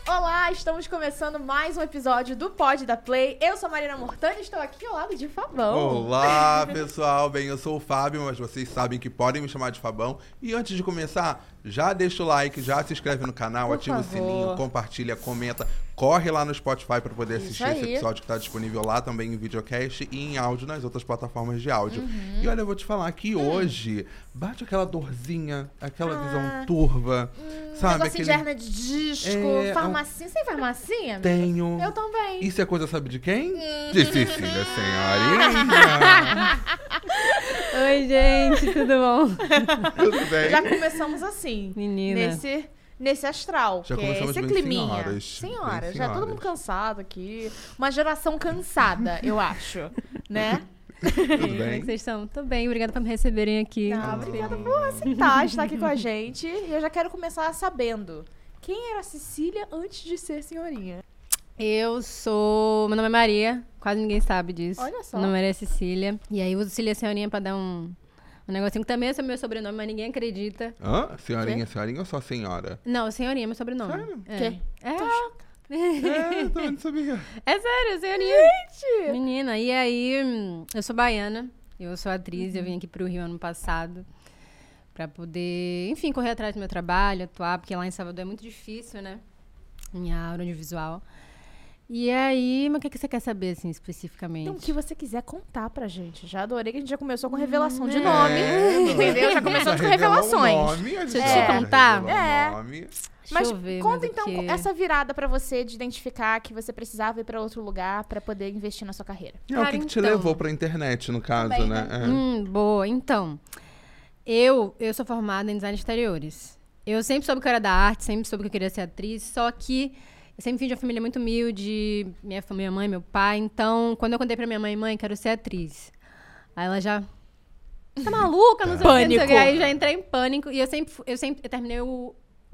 Olá, estamos começando mais um episódio do Pod da Play. Eu sou a Marina Mortani e estou aqui ao lado de Fabão. Olá, pessoal. Bem, eu sou o Fábio, mas vocês sabem que podem me chamar de Fabão. E antes de começar, já deixa o like, já se inscreve no canal, ativa o sininho, compartilha, comenta. Corre lá no Spotify para poder assistir esse episódio que está disponível lá também em videocast e em áudio nas outras plataformas de áudio. E olha, eu vou te falar que hoje bate aquela dorzinha, aquela visão turva, sabe? Negocinho de hernia de disco, farmacinha. Você tem farmacinha? Tenho. Eu também. Isso é coisa, sabe de quem? De Cecília Senhorinha. Oi, gente, tudo bom? Tudo bem? Já começamos assim. Menina. Nesse astral, já que é esse bem climinha. senhoras. Já todo mundo cansado aqui. Uma geração cansada, eu acho. Né? Tudo Como é bem? que vocês estão? Tô bem, obrigada por me receberem aqui. Obrigada por aceitar estar aqui com a gente. E eu já quero começar sabendo. Quem era a Cecília antes de ser senhorinha? Meu nome é Maria, quase ninguém sabe disso. Olha só. Meu nome é Cecília. E aí eu uso Cecília Senhorinha pra dar um negocinho que também é meu sobrenome, mas ninguém acredita. Hã? Senhorinha ou só senhora? Não, Senhorinha é meu sobrenome. Sério? Quê? Também não sabia. É sério, Senhorinha. Gente! Menina, e aí eu sou baiana, eu sou atriz, eu vim aqui pro Rio ano passado pra poder, enfim, correr atrás do meu trabalho, atuar, porque lá em Salvador é muito difícil, né? Minha área audiovisual. E aí, mas o que você quer saber, assim, especificamente? Então, o que você quiser contar pra gente. Já adorei que a gente já começou com revelação de nome. Entendeu? Já começamos com revelações. Deixa eu te contar. Mas Deixa eu ver, conta mas então o quê? essa virada pra você de identificar que você precisava ir pra outro lugar pra poder investir na sua carreira. O Cara, que te então. levou pra internet, no caso, Também, né? Boa. Então, eu sou formada em design de exteriores. Eu sempre soube que eu era da arte, sempre soube que eu queria ser atriz, só que eu sempre vim de uma família muito humilde, minha mãe, meu pai. Então, quando eu contei pra minha mãe, quero ser atriz. Aí ela já... Tá maluca? Não sei o que, não sei o que. Aí já entrei em pânico. E eu terminei o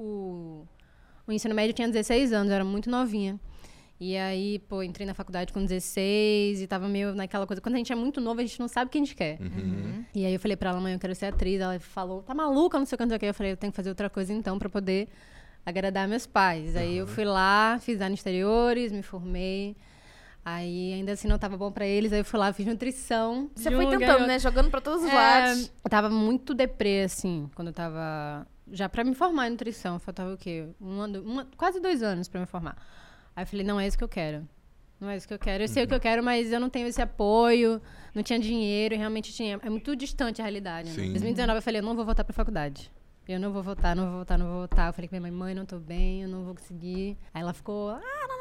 ensino médio, eu tinha 16 anos, eu era muito novinha. E aí, entrei na faculdade com 16 e tava meio naquela coisa. Quando a gente é muito novo, a gente não sabe o que a gente quer. E aí eu falei pra ela, mãe, eu quero ser atriz. Ela falou, tá maluca? Não sei o que, não sei o que. Eu falei, eu tenho que fazer outra coisa então pra poder agradar meus pais. Aí eu fui lá, fiz design de exteriores, me formei. Aí ainda assim não tava bom pra eles, aí eu fui lá, fiz nutrição. Você foi tentando, né? Jogando pra todos os lados. Eu tava muito deprê, assim, quando eu tava... Já pra me formar em nutrição, faltava o quê? Quase 2 anos pra me formar. Aí eu falei, não é isso que eu quero. Não é isso que eu quero. Eu sei o que eu quero, mas eu não tenho esse apoio, não tinha dinheiro, e realmente tinha... É muito distante a realidade, né? Em 2019 eu falei, eu não vou voltar pra faculdade. Eu não vou voltar. Eu falei com minha mãe, não tô bem, eu não vou conseguir. Aí ela ficou...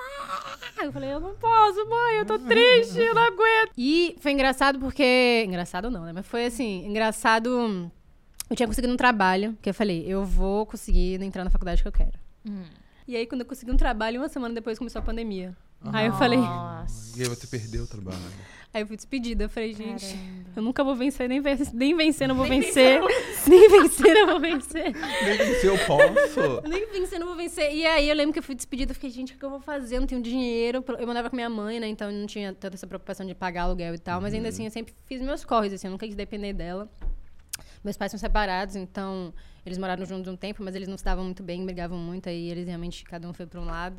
Eu falei, eu não posso, mãe, eu tô triste, eu não aguento. E foi engraçado porque... Engraçado não, né? Mas foi assim, engraçado... Eu tinha conseguido um trabalho, que eu falei, eu vou conseguir entrar na faculdade que eu quero. E aí, quando eu consegui um trabalho, 1 semana depois começou a pandemia. Aí eu falei... E aí você perdeu o trabalho. Aí eu fui despedida. Eu falei, gente, eu nunca vou vencer, nem vencer não vou vencer. Nem vencer não vou vencer. Nem vencer eu posso. Nem vencer não vou vencer. E aí eu lembro que eu fui despedida. Eu fiquei, gente, o que eu vou fazer? Eu não tenho dinheiro. Eu mandava com minha mãe, né? Então eu não tinha tanta essa preocupação de pagar aluguel e tal. Mas ainda assim, eu sempre fiz meus corres, assim. Eu nunca quis depender dela. Meus pais são separados, então eles moraram juntos um tempo, mas eles não se davam muito bem, brigavam muito. Aí eles realmente, cada um foi para um lado.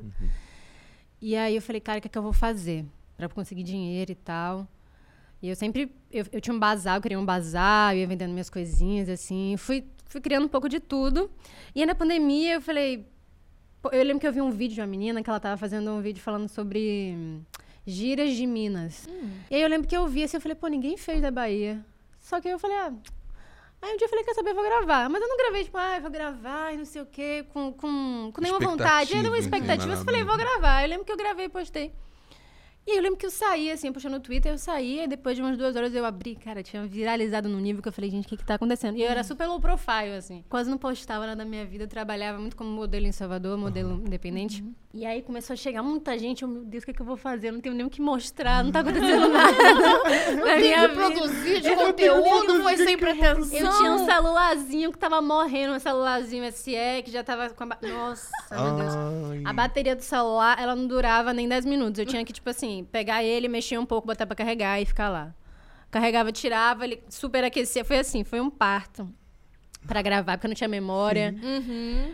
E aí eu falei, cara, o que é que eu vou fazer para conseguir dinheiro e tal? E eu sempre... Eu tinha um bazar, eu queria um bazar, eu ia vendendo minhas coisinhas, assim. Fui criando um pouco de tudo. E aí na pandemia eu falei... Eu lembro que eu vi um vídeo de uma menina que ela tava fazendo um vídeo falando sobre gírias de Minas. E aí eu lembro que eu vi assim, eu falei, ninguém fez da Bahia. Só que aí eu falei, Aí um dia eu falei, quer saber, eu vou gravar. Mas eu não gravei, tipo, vou gravar e não sei o quê, com nenhuma vontade. Aí nenhuma expectativa. Eu falei, vou gravar. Eu lembro que eu gravei e postei. E aí eu lembro que eu saí, assim, eu postei no Twitter, eu saí, e depois de umas 2 horas eu abri, cara, tinha viralizado num nível que eu falei, gente, o que tá acontecendo? E eu era super low profile, assim, quase não postava nada da minha vida, eu trabalhava muito como modelo em Salvador, modelo independente. E aí começou a chegar muita gente, meu Deus, o que eu vou fazer? Eu não tenho nem o que mostrar, não tá acontecendo nada. Não tem que produzir de conteúdo, foi sem pretensão. Eu tinha um celularzinho que tava morrendo, um celularzinho SE, que já tava com a... Nossa, meu Deus. A bateria do celular, ela não durava nem 10 minutos. Eu tinha que, tipo assim, pegar ele, mexer um pouco, botar pra carregar e ficar lá. Carregava, tirava, ele superaquecia. Foi assim, foi um parto pra gravar, porque eu não tinha memória.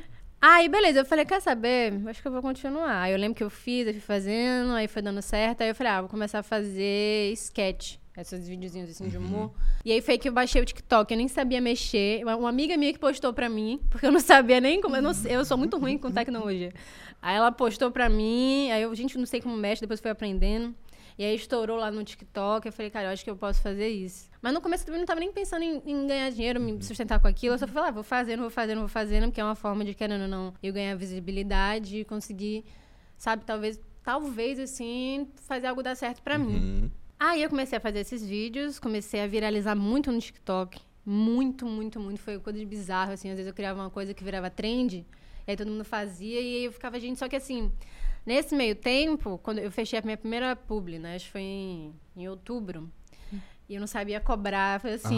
Aí, beleza, eu falei, quer saber? Acho que eu vou continuar. Aí eu lembro que eu fui fazendo, aí foi dando certo. Aí eu falei, vou começar a fazer sketch. Esses videozinhos assim de humor. E aí foi que eu baixei o TikTok, eu nem sabia mexer. Uma amiga minha que postou pra mim, porque eu não sabia nem como... Eu sou muito ruim com tecnologia. Aí ela postou pra mim, aí eu, gente, não sei como mexe, depois fui aprendendo. E aí estourou lá no TikTok, eu falei, cara, eu acho que eu posso fazer isso. Mas no começo eu também não tava nem pensando em ganhar dinheiro, me sustentar com aquilo. Eu só falei, vou fazendo, porque é uma forma de, querendo ou não, eu ganhar visibilidade e conseguir, sabe, talvez, assim, fazer algo dar certo pra mim. Aí eu comecei a fazer esses vídeos, comecei a viralizar muito no TikTok. Muito, muito, muito. Foi coisa de bizarro, assim. Às vezes eu criava uma coisa que virava trend, e aí todo mundo fazia, e aí eu ficava, gente, só que assim... Nesse meio tempo, quando eu fechei a minha primeira publi, né? Acho que foi em outubro. E eu não sabia cobrar. Foi assim...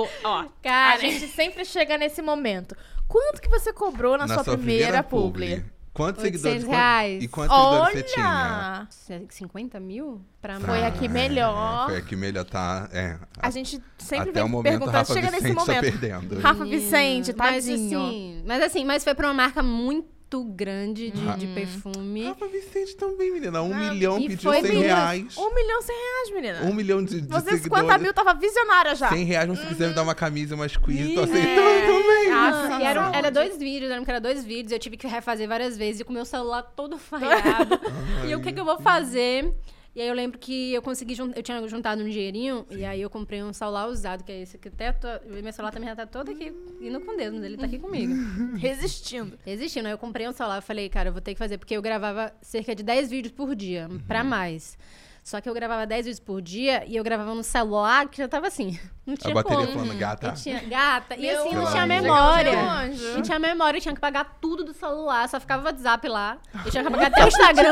Cara, a gente sempre chega nesse momento. Quanto que você cobrou na sua primeira publi? Quantos seguidores? R$800. E quantos seguidores você tinha? 50 mil? Foi aqui melhor. Foi aqui melhor, tá? A gente sempre até vem o momento, perguntando, Rafa chega Vicente nesse momento. Tá perdendo. Rafa Vicente, tadinho. Mas foi pra uma marca muito grande de perfume. Rafa Vicente também, menina. 1 milhão pediu foi R$100. 1 milhão R$100, menina. 1 milhão de Você, seguidores. 50 mil, tava visionária já. R$100, mas se quiser me dar uma camisa, umas quiz, tô aceitando também. E era 2 vídeos, eu lembro que era 2 vídeos, eu tive que refazer várias vezes, e com o meu celular todo falhado. E o que eu vou fazer? E aí eu lembro que eu consegui, eu tinha juntado um dinheirinho, e aí eu comprei um celular usado, que é esse aqui. Meu celular também já tá todo aqui, indo com Deus, mas ele tá aqui comigo. Resistindo. Aí eu comprei um celular, eu falei, cara, eu vou ter que fazer, porque eu gravava cerca de 10 vídeos por dia, pra mais. Só que eu gravava 10 vídeos por dia, e eu gravava no celular, que já tava assim, não tinha como. A bateria falando, gata. E assim, não tinha anjo. memória. Não tinha memória, eu tinha que pagar tudo do celular, só ficava o WhatsApp lá. Eu tinha que pagar até o Instagram.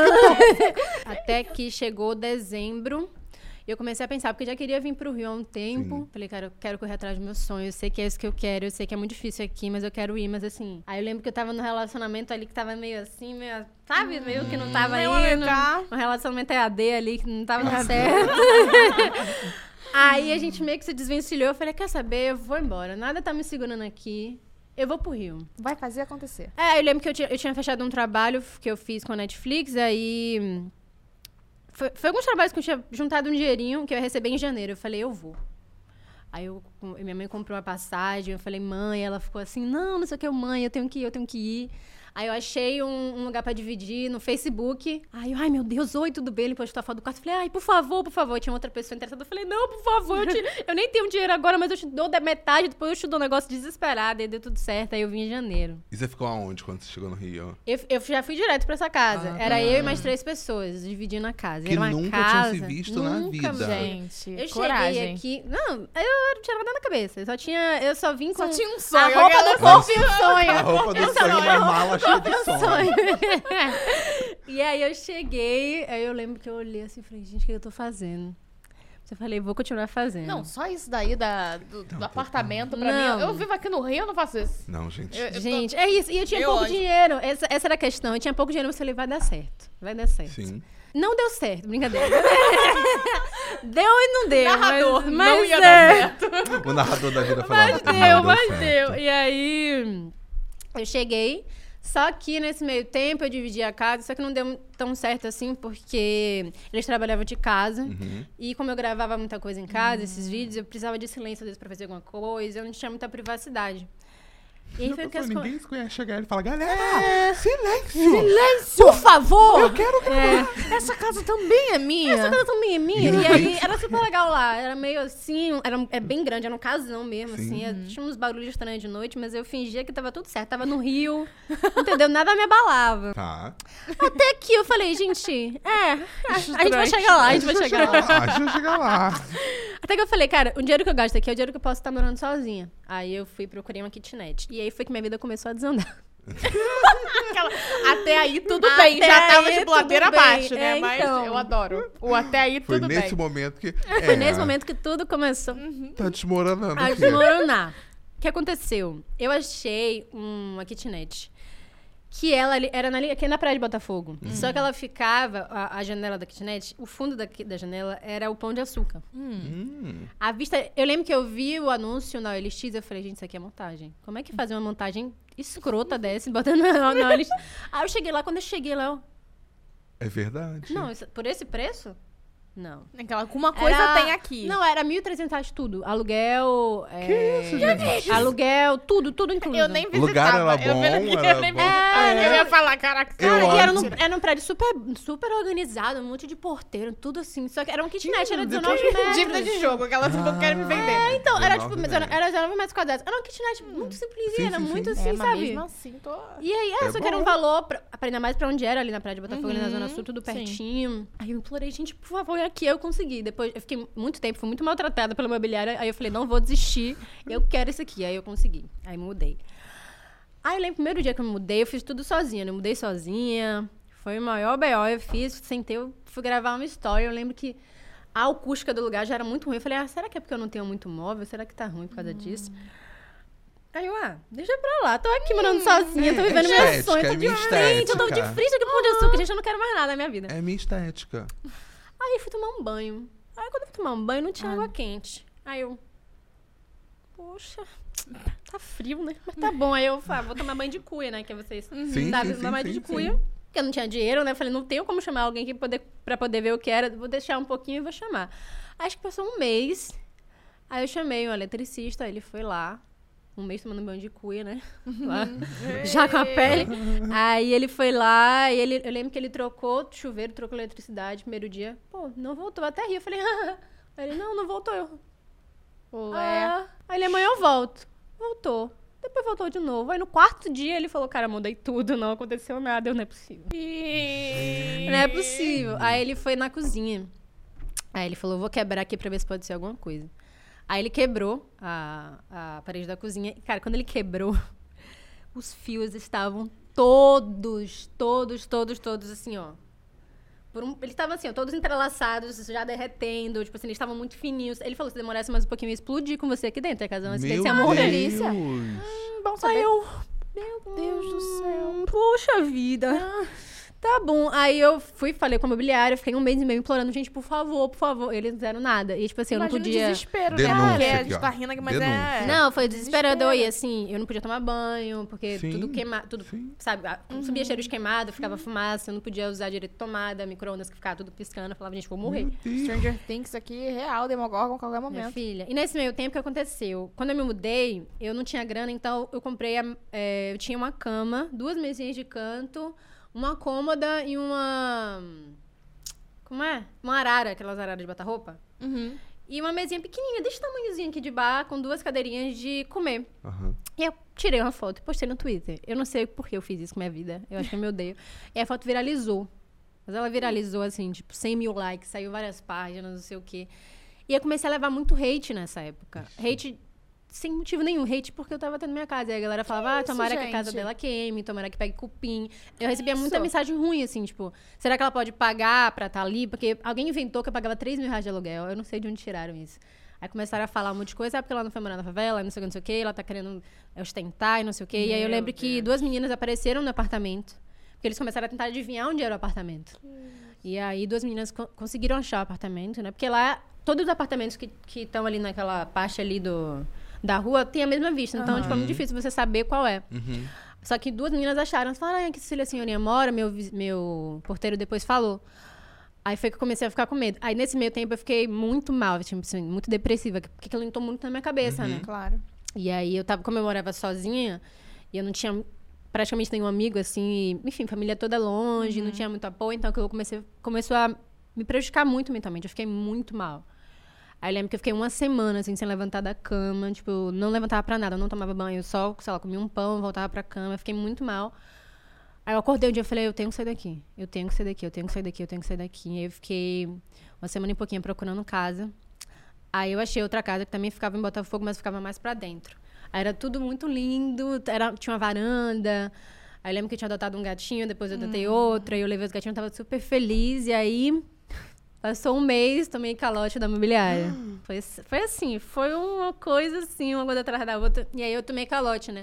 Até que chegou dezembro, e eu comecei a pensar, porque eu já queria vir pro Rio há um tempo. Sim. Falei, cara, eu quero correr atrás do meu sonho, eu sei que é isso que eu quero, eu sei que é muito difícil aqui, mas eu quero ir, mas assim... Aí eu lembro que eu tava num relacionamento ali que tava meio assim, meio... Sabe? Meio que não tava indo. Um relacionamento EAD ali, que não tava dando certo. Aí a gente meio que se desvencilhou, eu falei, quer saber, eu vou embora, nada tá me segurando aqui. Eu vou pro Rio. Vai fazer acontecer. Eu lembro que eu tinha fechado um trabalho que eu fiz com a Netflix, aí... Foi alguns trabalhos que eu tinha juntado um dinheirinho que eu ia receber em janeiro. Eu falei, eu vou. Aí minha mãe comprou uma passagem, eu falei, mãe, ela ficou assim, não sei o que, mãe, eu tenho que ir. Aí eu achei um lugar pra dividir no Facebook. Aí eu, ai, meu Deus, oi, tudo bem? Ele postou a foto do quarto. Eu falei, ai, por favor. Tinha outra pessoa interessada. Eu falei, não, por favor, eu nem tenho dinheiro agora, mas eu te dou da metade, depois eu te dou um negócio desesperado. Aí deu tudo certo, aí eu vim em janeiro. E você ficou aonde quando você chegou no Rio? Eu já fui direto pra essa casa. Era eu e mais 3 pessoas, dividindo a casa. Que Era uma nunca casa, tinham se visto na vida. Gente, eu coragem. cheguei aqui... Não, eu não tinha nada na cabeça. Eu só vim com... Só tinha um sonho. A roupa do corpo e o sonho. A roupa do sonho, uma mala cheia de sonho. E aí eu cheguei, aí eu lembro que eu olhei assim e falei, gente, o que eu tô fazendo? Eu falei, vou continuar fazendo. Não, só isso daí do apartamento pra mim. Eu vivo aqui no Rio, eu não faço isso. Não, gente. Gente, é isso. E eu tinha pouco dinheiro. Essa era a questão. Eu tinha pouco dinheiro, mas eu falei, vai dar certo. Sim. Não deu certo, brincadeira. Deu e não deu. Narrador, mas não ia dar certo. O narrador da vida falava. Mas deu. E aí, eu cheguei. Só que nesse meio tempo eu dividi a casa, só que não deu tão certo assim, porque eles trabalhavam de casa. E como eu gravava muita coisa em casa, esses vídeos, eu precisava de silêncio às vezes pra fazer alguma coisa, eu não tinha muita privacidade. E aí foi que ninguém conhece chegar e falar, galera, silêncio! Silêncio! Por favor! Eu quero gravar! Essa casa também é minha. E aí era super legal lá. Era meio assim, é bem grande, era um casão mesmo, Sim. assim. Tinha uns barulhos estranhos de noite, mas eu fingia que tava tudo certo. Tava no Rio, entendeu? Nada me abalava. Tá. Até que eu falei, gente, a gente vai chegar lá, A gente vai chegar lá. Até que eu falei, cara, o dinheiro que eu gasto aqui é o dinheiro que eu posso estar morando sozinha. Aí eu procurei uma kitnet. E aí foi que minha vida começou a desandar. Até aí tudo bem, já tava de ladeira abaixo, né? Então. Mas eu adoro. O até aí tudo bem. Foi nesse momento que... Foi nesse momento que tudo começou Tá desmoronando a aqui. desmoronar. O que aconteceu? Eu achei uma kitnet. Que ela era aqui na praia de Botafogo. Só que ela ficava, a janela da kitnet, o fundo da janela era o Pão de Açúcar. A vista, eu lembro que eu vi o anúncio na OLX e eu falei, gente, isso aqui é montagem. Como é que fazer uma montagem escrota dessa e botando na OLX? Aí eu cheguei lá, quando eu cheguei lá, eu... É verdade. Não, por esse preço? Não. Alguma coisa tem aqui. Não, era R$1.300 tudo. Aluguel... Que isso, gente? Aluguel, tudo incluso. Eu nem visitava. O lugar era bom, eu nem visitava. Eu ia falar, caraca. Cara, era um prédio super organizado, um monte de porteiro, tudo assim. Só que era um kitnet, era 19 metros. Dívida de jogo, aquelas que não querem me vender. Então, era tipo, era 19 metros quadrados. Era um kitnet muito simplesinho, era muito assim, mas sabe? mesmo assim, E aí, só que era um valor, ainda mais pra onde era, ali na praia de Botafogo, ali na Zona Sul, tudo pertinho. Aí eu implorei, gente, por favor, aqui eu consegui. Depois, eu fiquei muito tempo, fui muito maltratada pela imobiliária. Aí eu falei, não vou desistir, eu quero isso aqui. Aí eu consegui. Aí mudei. Aí eu lembro, o primeiro dia que eu mudei, eu fiz tudo sozinha, né? Eu mudei sozinha. Foi o maior B.O. Eu fiz, sentei, eu fui gravar uma história. Eu lembro que a acústica do lugar já era muito ruim. Eu falei, será que é porque eu não tenho muito móvel? Será que tá ruim por causa disso? Aí eu, deixa pra lá. Tô aqui morando sozinha, tô vivendo meu sonho. Tô de frente, eu tô de frente com o Pão de Açúcar. Gente, eu não quero mais nada na minha vida. É minha estética. Aí eu fui tomar um banho. Aí quando eu fui tomar um banho, não tinha água quente. Aí eu... Poxa, tá frio, né? Mas tá bom. Aí eu falei, vou tomar banho de cuia, né? Que vocês sabem, tomar banho de cuia. Porque eu não tinha dinheiro, né? Eu falei, não tenho como chamar alguém pra poder ver o que era. Vou deixar um pouquinho e vou chamar. Acho que passou um mês. Aí eu chamei um eletricista, aí ele foi lá. Um mês tomando banho de cuia, né? Lá, já com a pele. Aí ele foi lá, e eu lembro que ele trocou chuveiro, trocou eletricidade, primeiro dia. Pô, não voltou, até ri. Eu falei, Aí ele, não voltou. Aí ele, amanhã eu volto. Voltou. Depois voltou de novo. Aí no quarto dia ele falou, cara, mudei tudo, não aconteceu nada. Não é possível. Não é possível. Aí ele foi na cozinha. Aí ele falou, vou quebrar aqui pra ver se pode ser alguma coisa. Aí ele quebrou a parede da cozinha. E, cara, quando ele quebrou, os fios estavam todos, assim, ó. Eles estavam assim, ó, todos entrelaçados, já derretendo. Tipo assim, eles estavam muito fininhos. Ele falou, se demorasse mais um pouquinho, eu ia explodir com você aqui dentro. A casa Meu você amor, delícia. Bom saber. Aí eu... Meu Deus do céu. Puxa vida. Tá bom. Aí eu falei com a imobiliária, fiquei um mês e meio implorando, gente, por favor. Eles não fizeram nada. E, tipo assim, eu não podia... desespero, Denúncia né? aqui, ó. Tá rindo aqui, mas Denúncia. Não, foi desesperador. E, assim, eu não podia tomar banho, porque tudo queimado, tudo, sabe? Subia cheiro de queimado, ficava fumaça, eu não podia usar direito tomada, micro-ondas que ficava tudo piscando. Eu falava, gente, vou morrer. Stranger Things aqui, real, Demogorgon, a qualquer momento. Minha filha. E nesse meio tempo, o que aconteceu? Quando eu me mudei, eu não tinha grana, então eu comprei... eu tinha uma cama, 2 mesinhas de canto... Uma cômoda e uma... Como é? Uma arara, aquelas araras de botar roupa. E uma mesinha pequenininha, desse tamanhozinho aqui de bar, com 2 cadeirinhas de comer. E eu tirei uma foto e postei no Twitter. Eu não sei por que eu fiz isso com a minha vida. Eu acho que eu me odeio. E a foto viralizou. Mas ela viralizou, assim, tipo, 100 mil likes. Saiu várias páginas, não sei o quê. E eu comecei a levar muito hate nessa época. Hate... Sem motivo nenhum, hate porque eu tava tendo minha casa. E a galera falava, tomara que a casa dela queime, tomara que pegue cupim. Eu recebia muita mensagem ruim, assim, tipo, será que ela pode pagar pra estar ali? Porque alguém inventou que eu pagava 3 mil reais de aluguel. Eu não sei de onde tiraram isso. Aí começaram a falar um monte de coisa, porque ela não foi morar na favela, não sei o que, ela tá querendo ostentar e não sei o quê. E aí eu lembro que 2 meninas apareceram no apartamento, porque eles começaram a tentar adivinhar onde era o apartamento. E aí 2 meninas conseguiram achar o apartamento, né? Porque lá, todos os apartamentos que estão ali naquela parte ali da rua tem a mesma vista. Então, tipo, é muito difícil você saber qual é. Só que 2 meninas acharam. Falaram, que Cecília Senhorinha mora. Meu porteiro depois falou. Aí foi que eu comecei a ficar com medo. Aí, nesse meio tempo, eu fiquei muito mal. Tipo, assim, muito depressiva. Porque aquilo entrou muito na minha cabeça, né? Claro. E aí, como eu morava sozinha, e eu não tinha praticamente nenhum amigo, assim. Enfim, família toda longe, não tinha muito apoio. Então, começou a me prejudicar muito mentalmente. Eu fiquei muito mal. Aí eu lembro que eu fiquei 1 semana, assim, sem levantar da cama. Tipo, não levantava pra nada, não tomava banho. Só, sei lá, comia um pão, voltava pra cama. Eu fiquei muito mal. Aí eu acordei um dia e falei, eu tenho que sair daqui. Eu tenho que sair daqui. E aí eu fiquei 1 semana e pouquinho procurando casa. Aí eu achei outra casa que também ficava em Botafogo, mas ficava mais pra dentro. Aí era tudo muito lindo. Tinha uma varanda. Aí eu lembro que eu tinha adotado um gatinho, depois eu adotei outra. E eu levei os gatinhos, eu tava super feliz. E aí... Passou 1 mês, tomei calote da imobiliária. Foi assim, foi uma coisa assim, uma coisa atrás da outra. E aí eu tomei calote, né?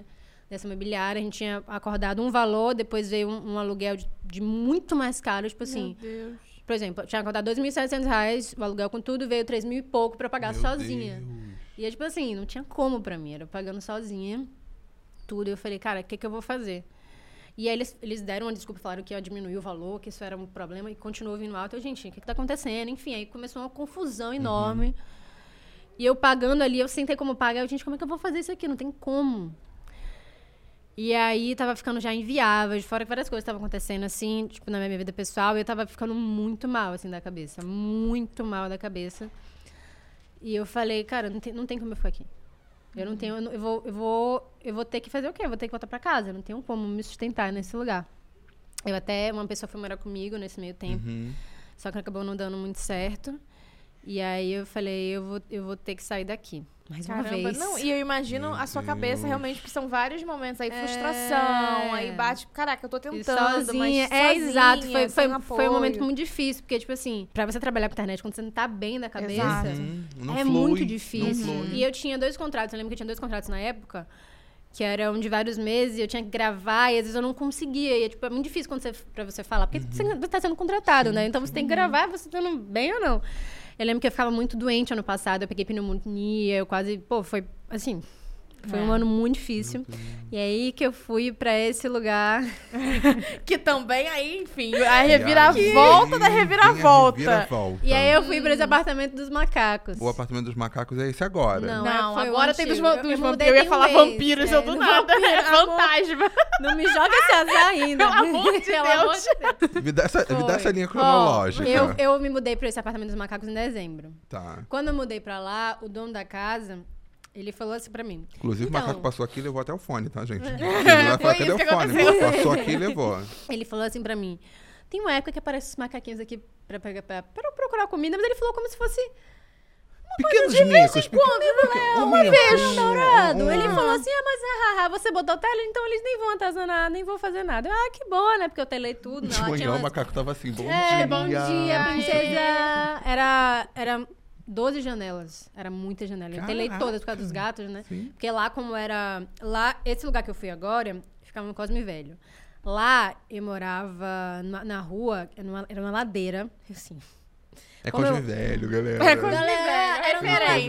dessa imobiliária. A gente tinha acordado um valor, depois veio um aluguel de muito mais caro. Tipo assim, Meu Deus. por exemplo, eu tinha acordado R$2.700, o aluguel com tudo veio 3.000 e pouco pra pagar sozinha. Deus. E, tipo assim, não tinha como pra mim. Era pagando sozinha tudo. E eu falei, cara, o que eu vou fazer? E aí eles deram uma desculpa, falaram que ia diminuir o valor, que isso era um problema, e continuou vindo alto. Eu, gente, o que tá acontecendo? Enfim, aí começou uma confusão enorme. E eu pagando ali, eu sentei como pagar. Eu, gente, como é que eu vou fazer isso aqui? Não tem como. E aí tava ficando já inviável, de fora que várias coisas estavam acontecendo, assim, tipo, na minha vida pessoal. E eu tava ficando muito mal, assim, da cabeça. Muito mal da cabeça. E eu falei, cara, não tem como eu ficar aqui. Eu não tenho, eu vou ter que fazer o quê? Eu vou ter que voltar pra casa. Eu não tenho como me sustentar nesse lugar. Uma pessoa foi morar comigo nesse meio tempo. Só que acabou não dando muito certo. E aí eu falei, eu vou ter que sair daqui. Mais uma vez. Não, e eu imagino a sua cabeça realmente, que são vários momentos aí, frustração, aí bate, caraca, eu tô tentando, sozinha, mas sozinha, exato, foi um momento apoio. muito difícil, porque, tipo assim, pra você trabalhar com internet quando você não tá bem da cabeça, Não é flui, muito difícil. não flui. E eu tinha 2 contratos, eu lembro que eu tinha 2 contratos na época, que eram de vários meses, e eu tinha que gravar, e às vezes eu não conseguia, e tipo, é muito difícil pra você falar, porque você tá sendo contratado, né? Então você tem que gravar, você tá indo bem ou não. Eu lembro que eu ficava muito doente ano passado, eu peguei pneumonia, eu quase, foi assim, foi um ano muito difícil. E aí que eu fui pra esse lugar. Que também aí, enfim, a reviravolta da reviravolta. E aí eu fui pra esse apartamento dos macacos. O apartamento dos macacos é esse agora. Não, foi agora o tem dos antigo. vampiros. Eu ia falar vampiros, eu do nada. É fantasma. Não me joga esse azar ainda. Pelo amor de Deus. Me dá essa linha cronológica. Eu me mudei pra esse apartamento dos macacos em dezembro. Tá. Quando eu mudei pra lá, o dono da casa, ele falou assim pra mim. Inclusive, então, o macaco passou aqui e levou até o fone, tá, gente? Ele vai falar, cadê o fone? Passou aqui e levou. Ele falou assim pra mim, tem uma época que aparecem esses macaquinhos aqui pra procurar comida, mas ele falou como se fosse... Pequenos micos. Um beijo dourado. Ele falou assim, mas você botou tela, então eles nem vão atazanar, nem vão fazer nada. Que bom, né? Porque eu telei tudo. De manhã o macaco tava assim, bom bom dia, princesa. Era 12 janelas. Era muita janela. Eu telei todas por causa dos gatos, né? Sim. Porque lá, como era... Lá, esse lugar que eu fui agora, ficava no Cosme Velho. Lá, eu morava na rua, era uma ladeira, assim... É Cosme Velho, galera. É Cosme Velho, era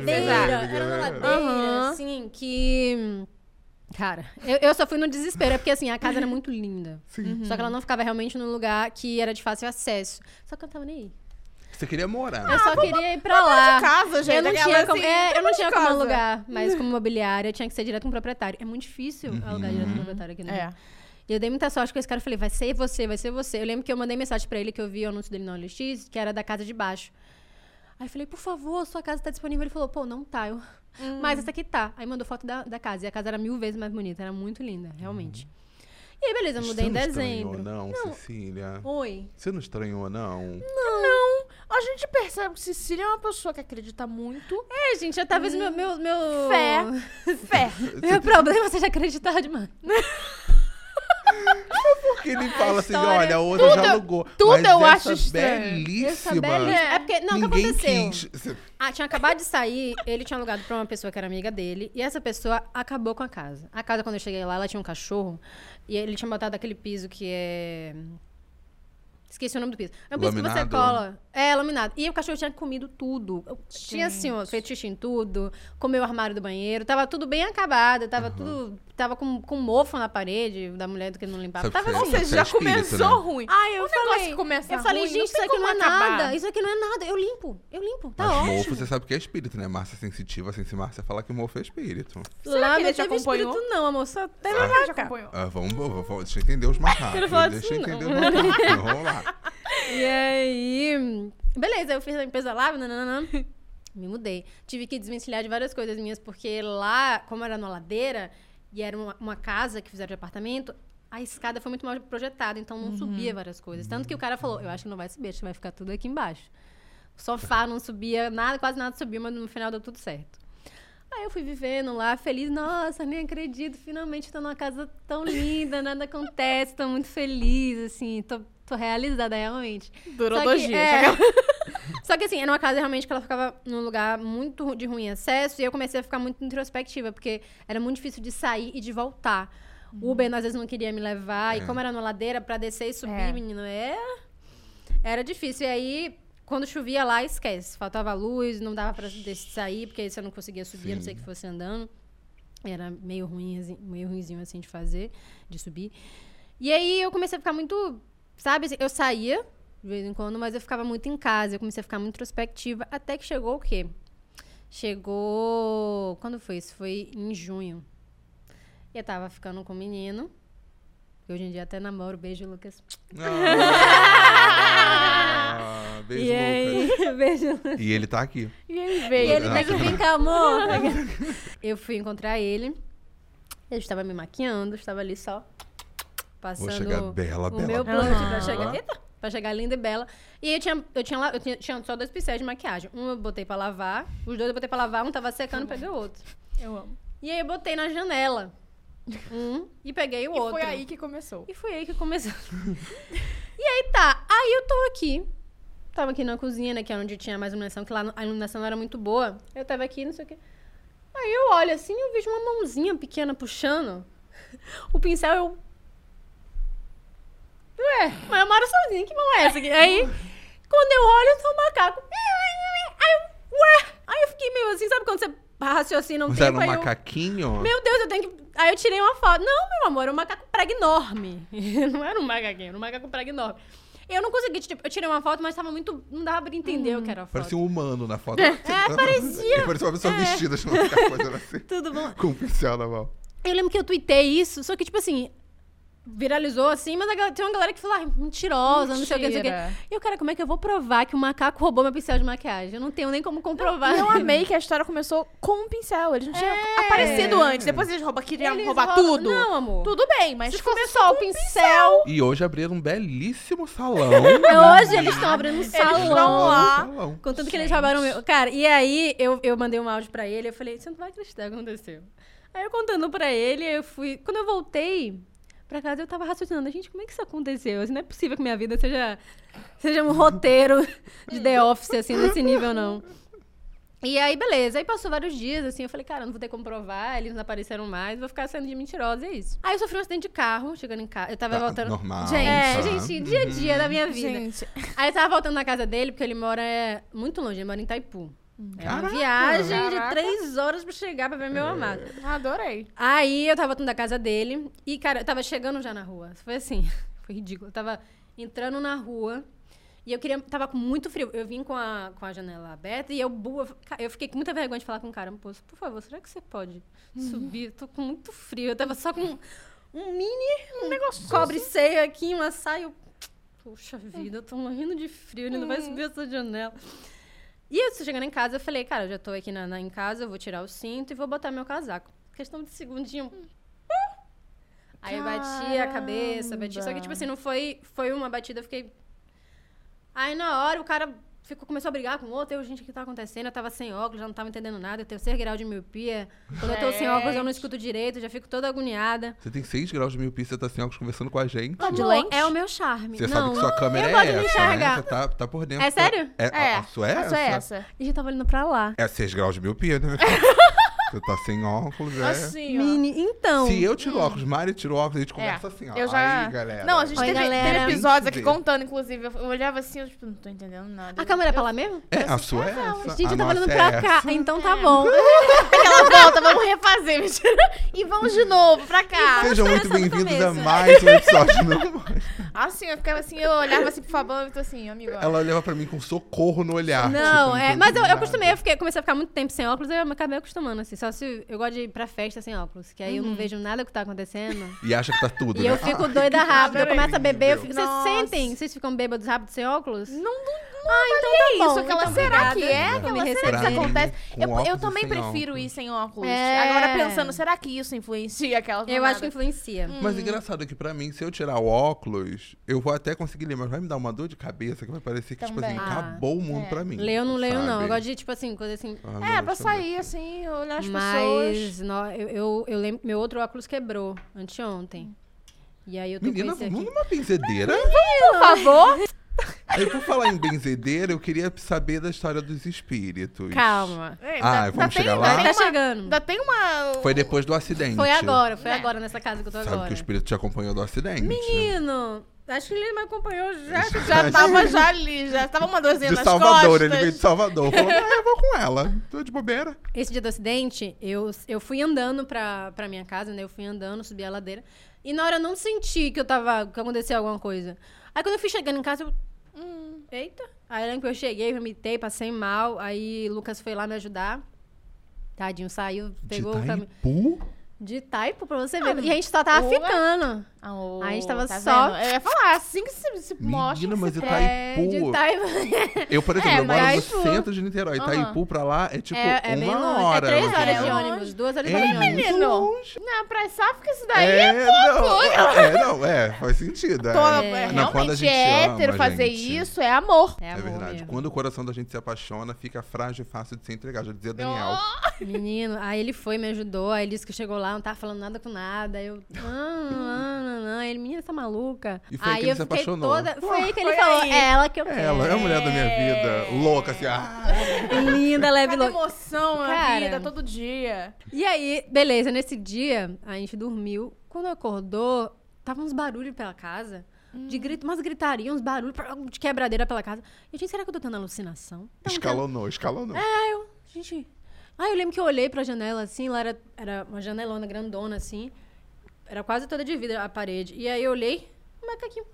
uma ladeira, Uhum. assim, que... Cara, eu só fui no desespero, porque assim, a casa era muito linda. Sim. Só que ela não ficava realmente num lugar que era de fácil acesso. Só que eu não tava nem aí. Você queria morar. Eu só queria ir pra lá. De casa, gente. Eu não tinha como, assim, eu não tinha como casa. alugar, mas como imobiliária, tinha que ser direto com o proprietário. É muito difícil alugar direto com o proprietário aqui no Rio. E eu dei muita sorte com esse cara. Eu falei, vai ser você, vai ser você. Eu lembro que eu mandei mensagem pra ele, que eu vi o anúncio dele na OLX, que era da casa de baixo. Aí eu falei, por favor, sua casa tá disponível. Ele falou, pô, não tá. Mas essa aqui tá. Aí mandou foto da casa. E a casa era 1000 vezes mais bonita. Era muito linda, realmente. E aí, beleza, eu mudei em dezembro. Não, Cecília. Oi. Você não estranhou, não? Não. A gente percebe que Cecília é uma pessoa que acredita muito. Gente, talvez meu... Fé. Meu problema seja acreditar demais. Porque ele fala assim, história- olha, a outra já alugou. tudo Mas eu essa acho estranho. belíssima. É porque, não, o que Ninguém aconteceu? quis. Tinha acabado de sair, ele tinha alugado pra uma pessoa que era amiga dele, e essa pessoa acabou com a casa. A casa, quando eu cheguei lá, ela tinha um cachorro, e ele tinha botado aquele piso que é... Esqueci o nome do piso. É um piso que você Laminado? cola. É, laminado. E o cachorro tinha comido tudo. Tinha assim, ó, feito xixi em tudo, comeu o armário do banheiro, tava tudo bem acabado, tava tudo... Tava com mofo na parede da mulher do que não limpava. Sabe Tava que Ou assim. você- seja, já espírito, começou né? ruim. Ai, eu negócio falei, que começa eu falei, ruim, gente, não isso tem aqui não é como acabar. nada. Isso aqui não é nada. Eu limpo. Tá Mas ótimo. mofo, você sabe que é espírito, né? Márcia sensitiva, assim, se Márcia falar que mofo é espírito. Lá que ele não te teve acompanhou? espírito não, amor. Só teve Ela vaca. já acompanhou. Deixa eu entender os macacos. Quero falar Deixa disso, eu entender não. os macacos. Vamos lá. E aí... Beleza, eu fiz a limpeza lá, nananana, me mudei. Tive que desvencilhar de várias coisas minhas, porque lá, como era numa ladeira, e era uma casa que fizeram de apartamento, a escada foi muito mal projetada, então não subia várias coisas. Tanto que o cara falou, eu acho que não vai subir, acho que vai ficar tudo aqui embaixo. O sofá não subia, quase nada subia, mas no final deu tudo certo. Aí eu fui vivendo lá, feliz. Nossa, nem acredito, finalmente tô numa casa tão linda, nada acontece, tô muito feliz, assim, tô realizada realmente. Durou Só 2 que, dias. Só que assim, era uma casa realmente que ela ficava num lugar muito de ruim acesso. E eu comecei a ficar muito introspectiva, porque era muito difícil de sair e de voltar. O Uber, às vezes, não queria me levar. E como era na ladeira, pra descer e subir, menino, era difícil. E aí, quando chovia lá, esquece. Faltava luz, não dava pra sair, porque você não conseguia subir, a não ser que fosse andando. Era meio ruinzinho, assim, de fazer, de subir. E aí, eu comecei a ficar muito... Sabe, eu saía, de vez em quando, mas eu ficava muito em casa. Eu comecei a ficar muito introspectiva, até que chegou o quê? Chegou... Quando foi isso? Foi em junho. Eu tava ficando com um menino. Que hoje em dia até namoro. Beijo, Lucas. Beijo, Lucas. Beijo, Lucas. E ele tá aqui. E ele veio. E ele tem que vir com amor. Eu fui encontrar ele. Ele estava me maquiando. Estava ali só passando chegar bela, o meu blush pra chegar... Eita! Pra chegar linda e bela. E aí eu tinha só 2 pincéis de maquiagem. Um eu botei pra lavar. Os 2 eu botei pra lavar. Um tava secando, peguei o outro. Eu amo. E aí eu botei na janela. E peguei o outro. E foi aí que começou. E aí tá. Aí eu tô aqui. Tava aqui na cozinha, né? Que é onde tinha mais iluminação. Que lá a iluminação não era muito boa. Eu tava aqui, não sei o quê. Aí eu olho assim e eu vejo uma mãozinha pequena puxando. O pincel, eu... Ué, mas eu moro sozinha. Que mão é essa aqui? Aí, quando eu olho, eu sou um macaco. Aí eu fiquei meio assim, sabe quando você raciocina um Mas tempo? era um macaquinho? Meu Deus, eu tenho que... Aí eu tirei uma foto. Não, meu amor, era um macaco prego enorme. Não era um macaquinho, era um macaco prego enorme. Eu não consegui, tipo, eu tirei uma foto, mas tava muito... Não dava pra entender o que era a foto. Parecia um humano na foto. Parecia. Parecia uma pessoa vestida, de uma coisa assim. Tudo bom. Com um pincel na mão. Eu lembro que eu tuitei isso, só que, tipo assim... Viralizou assim, mas tem uma galera que falou, mentirosa, não sei o que, não sei o que. E eu, cara, como é que eu vou provar que o macaco roubou meu pincel de maquiagem? Eu não tenho nem como comprovar. Eu amei que a história começou com um pincel. Eles não tinham aparecido antes. Depois eles queriam roubar tudo. Não, amor. Tudo bem, mas começou o pincel. E hoje abriram um belíssimo salão. Hoje eles estão abrindo um salão. Eles estão lá. Contanto que eles roubaram o meu. Cara, e aí eu mandei um áudio pra ele. Eu falei, você não vai acreditar o que aconteceu. Aí eu contando pra ele, eu fui... Quando eu voltei pra casa, eu tava raciocinando, gente, como é que isso aconteceu? Assim, não é possível que minha vida seja um roteiro de The Office, assim, nesse nível, não. E aí, beleza. Aí passou vários dias, assim, eu falei, cara, não vou ter como provar, eles não apareceram mais, vou ficar sendo de mentirosa, é isso. Aí eu sofri um acidente de carro, chegando em casa, eu tava voltando... Normal. Gente, dia a dia da minha vida. Gente. Aí eu tava voltando na casa dele, porque ele mora muito longe, ele mora em Itaipu. É uma Caraca. viagem de 3 horas pra chegar pra ver meu amado. Adorei. Aí eu tava voltando da casa dele e, cara, eu tava chegando já na rua. Foi assim, foi ridículo. Eu tava entrando na rua e tava com muito frio. Eu vim com a janela aberta e eu fiquei com muita vergonha de falar com o cara. Moço, por favor, será que você pode subir? Eu tô com muito frio. Eu tava só com um negócio cobre-ceia aqui, uma saia. Poxa vida, eu tô morrendo de frio, ele não vai subir essa janela. E eu chegando em casa, eu falei, cara, eu já tô aqui em casa, eu vou tirar o cinto e vou botar meu casaco. Questão de segundinho. Aí eu bati a cabeça, Só que, tipo assim, não foi uma batida, eu fiquei... Aí na hora o cara começou a brigar com o outro, gente, o que tá acontecendo? Eu tava sem óculos, já não tava entendendo nada, eu tenho 6 graus de miopia. Quando eu tô sem óculos, eu não escuto direito, já fico toda agoniada. Você tem 6 graus de miopia, você tá sem óculos conversando com a gente. De lente? É o meu charme. Você sabe que sua câmera eu é gosto de me essa, enxergar. né? Você tá por dentro. É sério? A sua é A essa? sua é essa. E já tava olhando pra lá. É 6 graus de miopia, né? Você tá sem óculos, Assim, ó. Mini, então... Se eu tiro óculos, Mari tira óculos, a gente conversa assim, ó. Eu já... Aí, galera. Não, a gente Oi, teve galera. episódios aqui Ver. contando, inclusive. Eu olhava assim, eu tipo, não tô entendendo nada. A câmera é pra lá mesmo? É, a sua é essa. Gente, a eu tava olhando nossa pra é cá, essa. então tá bom. Aquela volta, vamos refazer, mentira. E vamos de novo pra cá. Sejam muito começar do bem-vindos a começo. mais um episódio do... Assim, eu ficava assim, eu olhava assim pro Fabão e tô assim, amigo, ó. Ela olhava pra mim com socorro no olhar. Não, tipo, mas eu entendendo acostumei, nada. comecei a ficar muito tempo sem óculos, eu acabei acostumando, assim. Só se eu gosto de ir pra festa sem óculos, que aí eu não vejo nada que tá acontecendo. E acha que tá tudo, E né? eu fico doida rápido, eu começo a beber, vocês Nossa. sentem? Vocês ficam bêbados rápido sem óculos? Não então é tá bom. isso, aquela Então, será obrigada que é? por me Aquela será que isso receberem. acontece? Com Eu óculos também e sem prefiro óculos. ir sem óculos. É. Agora pensando, será que isso influencia aquela Eu acho que influencia. Mas engraçado é que pra mim, se eu tirar o óculos, eu vou até conseguir ler, mas vai me dar uma dor de cabeça que vai parecer que, tipo assim, Também. acabou o mundo pra mim. Leio ou não leio, não. sabe? Eu gosto de, tipo assim, coisa assim... Ah, É, não, pra deixa eu ver. sair assim, olhar as pessoas. Mas eu lembro, meu outro óculos quebrou anteontem. E aí eu tô Menina, com esse vamos aqui. numa benzedeira. Por favor. Aí, por falar em benzedeira, eu queria saber da história dos espíritos. Calma. Vamos chegar lá? Tá chegando. Ainda tem uma... Foi depois do acidente. Foi agora nessa casa que eu tô Sabe agora. que o espírito te acompanhou do acidente. Menino, acho que ele me acompanhou já. Já tava já ali, já tava uma dorzinha De nas Salvador, costas. ele veio de Salvador. Falou, eu vou com ela. Tô de bobeira. Esse dia do acidente, eu fui andando pra minha casa, né? Eu fui andando, subi a ladeira. E na hora eu não senti que que aconteceu alguma coisa. Aí quando eu fui chegando em casa, eu... Eita. Aí eu lembro que eu cheguei, vomitei, passei mal. Aí Lucas foi lá me ajudar. Tadinho, saiu, pegou o caminho. De Itaipu, pra você ver. E a gente só tava ficando. A gente tava só... Vendo? Eu ia falar, assim que se mostra... Menina, mas de Itaipu... Itaipu. Eu, por exemplo, eu moro no Itaipu. centro de Niterói. Itaipu pra lá é tipo bem uma longe. hora. É 3 horas de longe. ônibus, 2 horas de É ônibus. muito Menino, longe. não, pra Sáfica isso daí é Faz sentido. Realmente, Quando a gente hétero ama, fazer gente. isso é amor. É É amor verdade. mesmo. Quando o coração da gente se apaixona, fica frágil e fácil de se entregar. Já dizia Daniel. Menino, aí ele foi, me ajudou, aí ele disse que chegou lá, não tava falando nada com nada. Aí eu, não. Ele, menina, tá maluca. E foi aí que eu ele se fiquei apaixonou. Foi aí que ele Foi falou, aí. é ela que eu quero. Ela é a mulher da minha vida. Louca, assim. Linda, leve, Cada louca. emoção na Cara. vida, todo dia. E aí, beleza, nesse dia, a gente dormiu. Quando acordou, tava uns barulhos pela casa. De grito, umas gritarias, uns barulhos de quebradeira pela casa. E, gente, será que eu tô tendo alucinação? Escalonou. Gente... Aí eu lembro que eu olhei pra janela, assim, lá era uma janelona grandona, assim. Era quase toda de vidro a parede. E aí eu olhei, um macaquinho.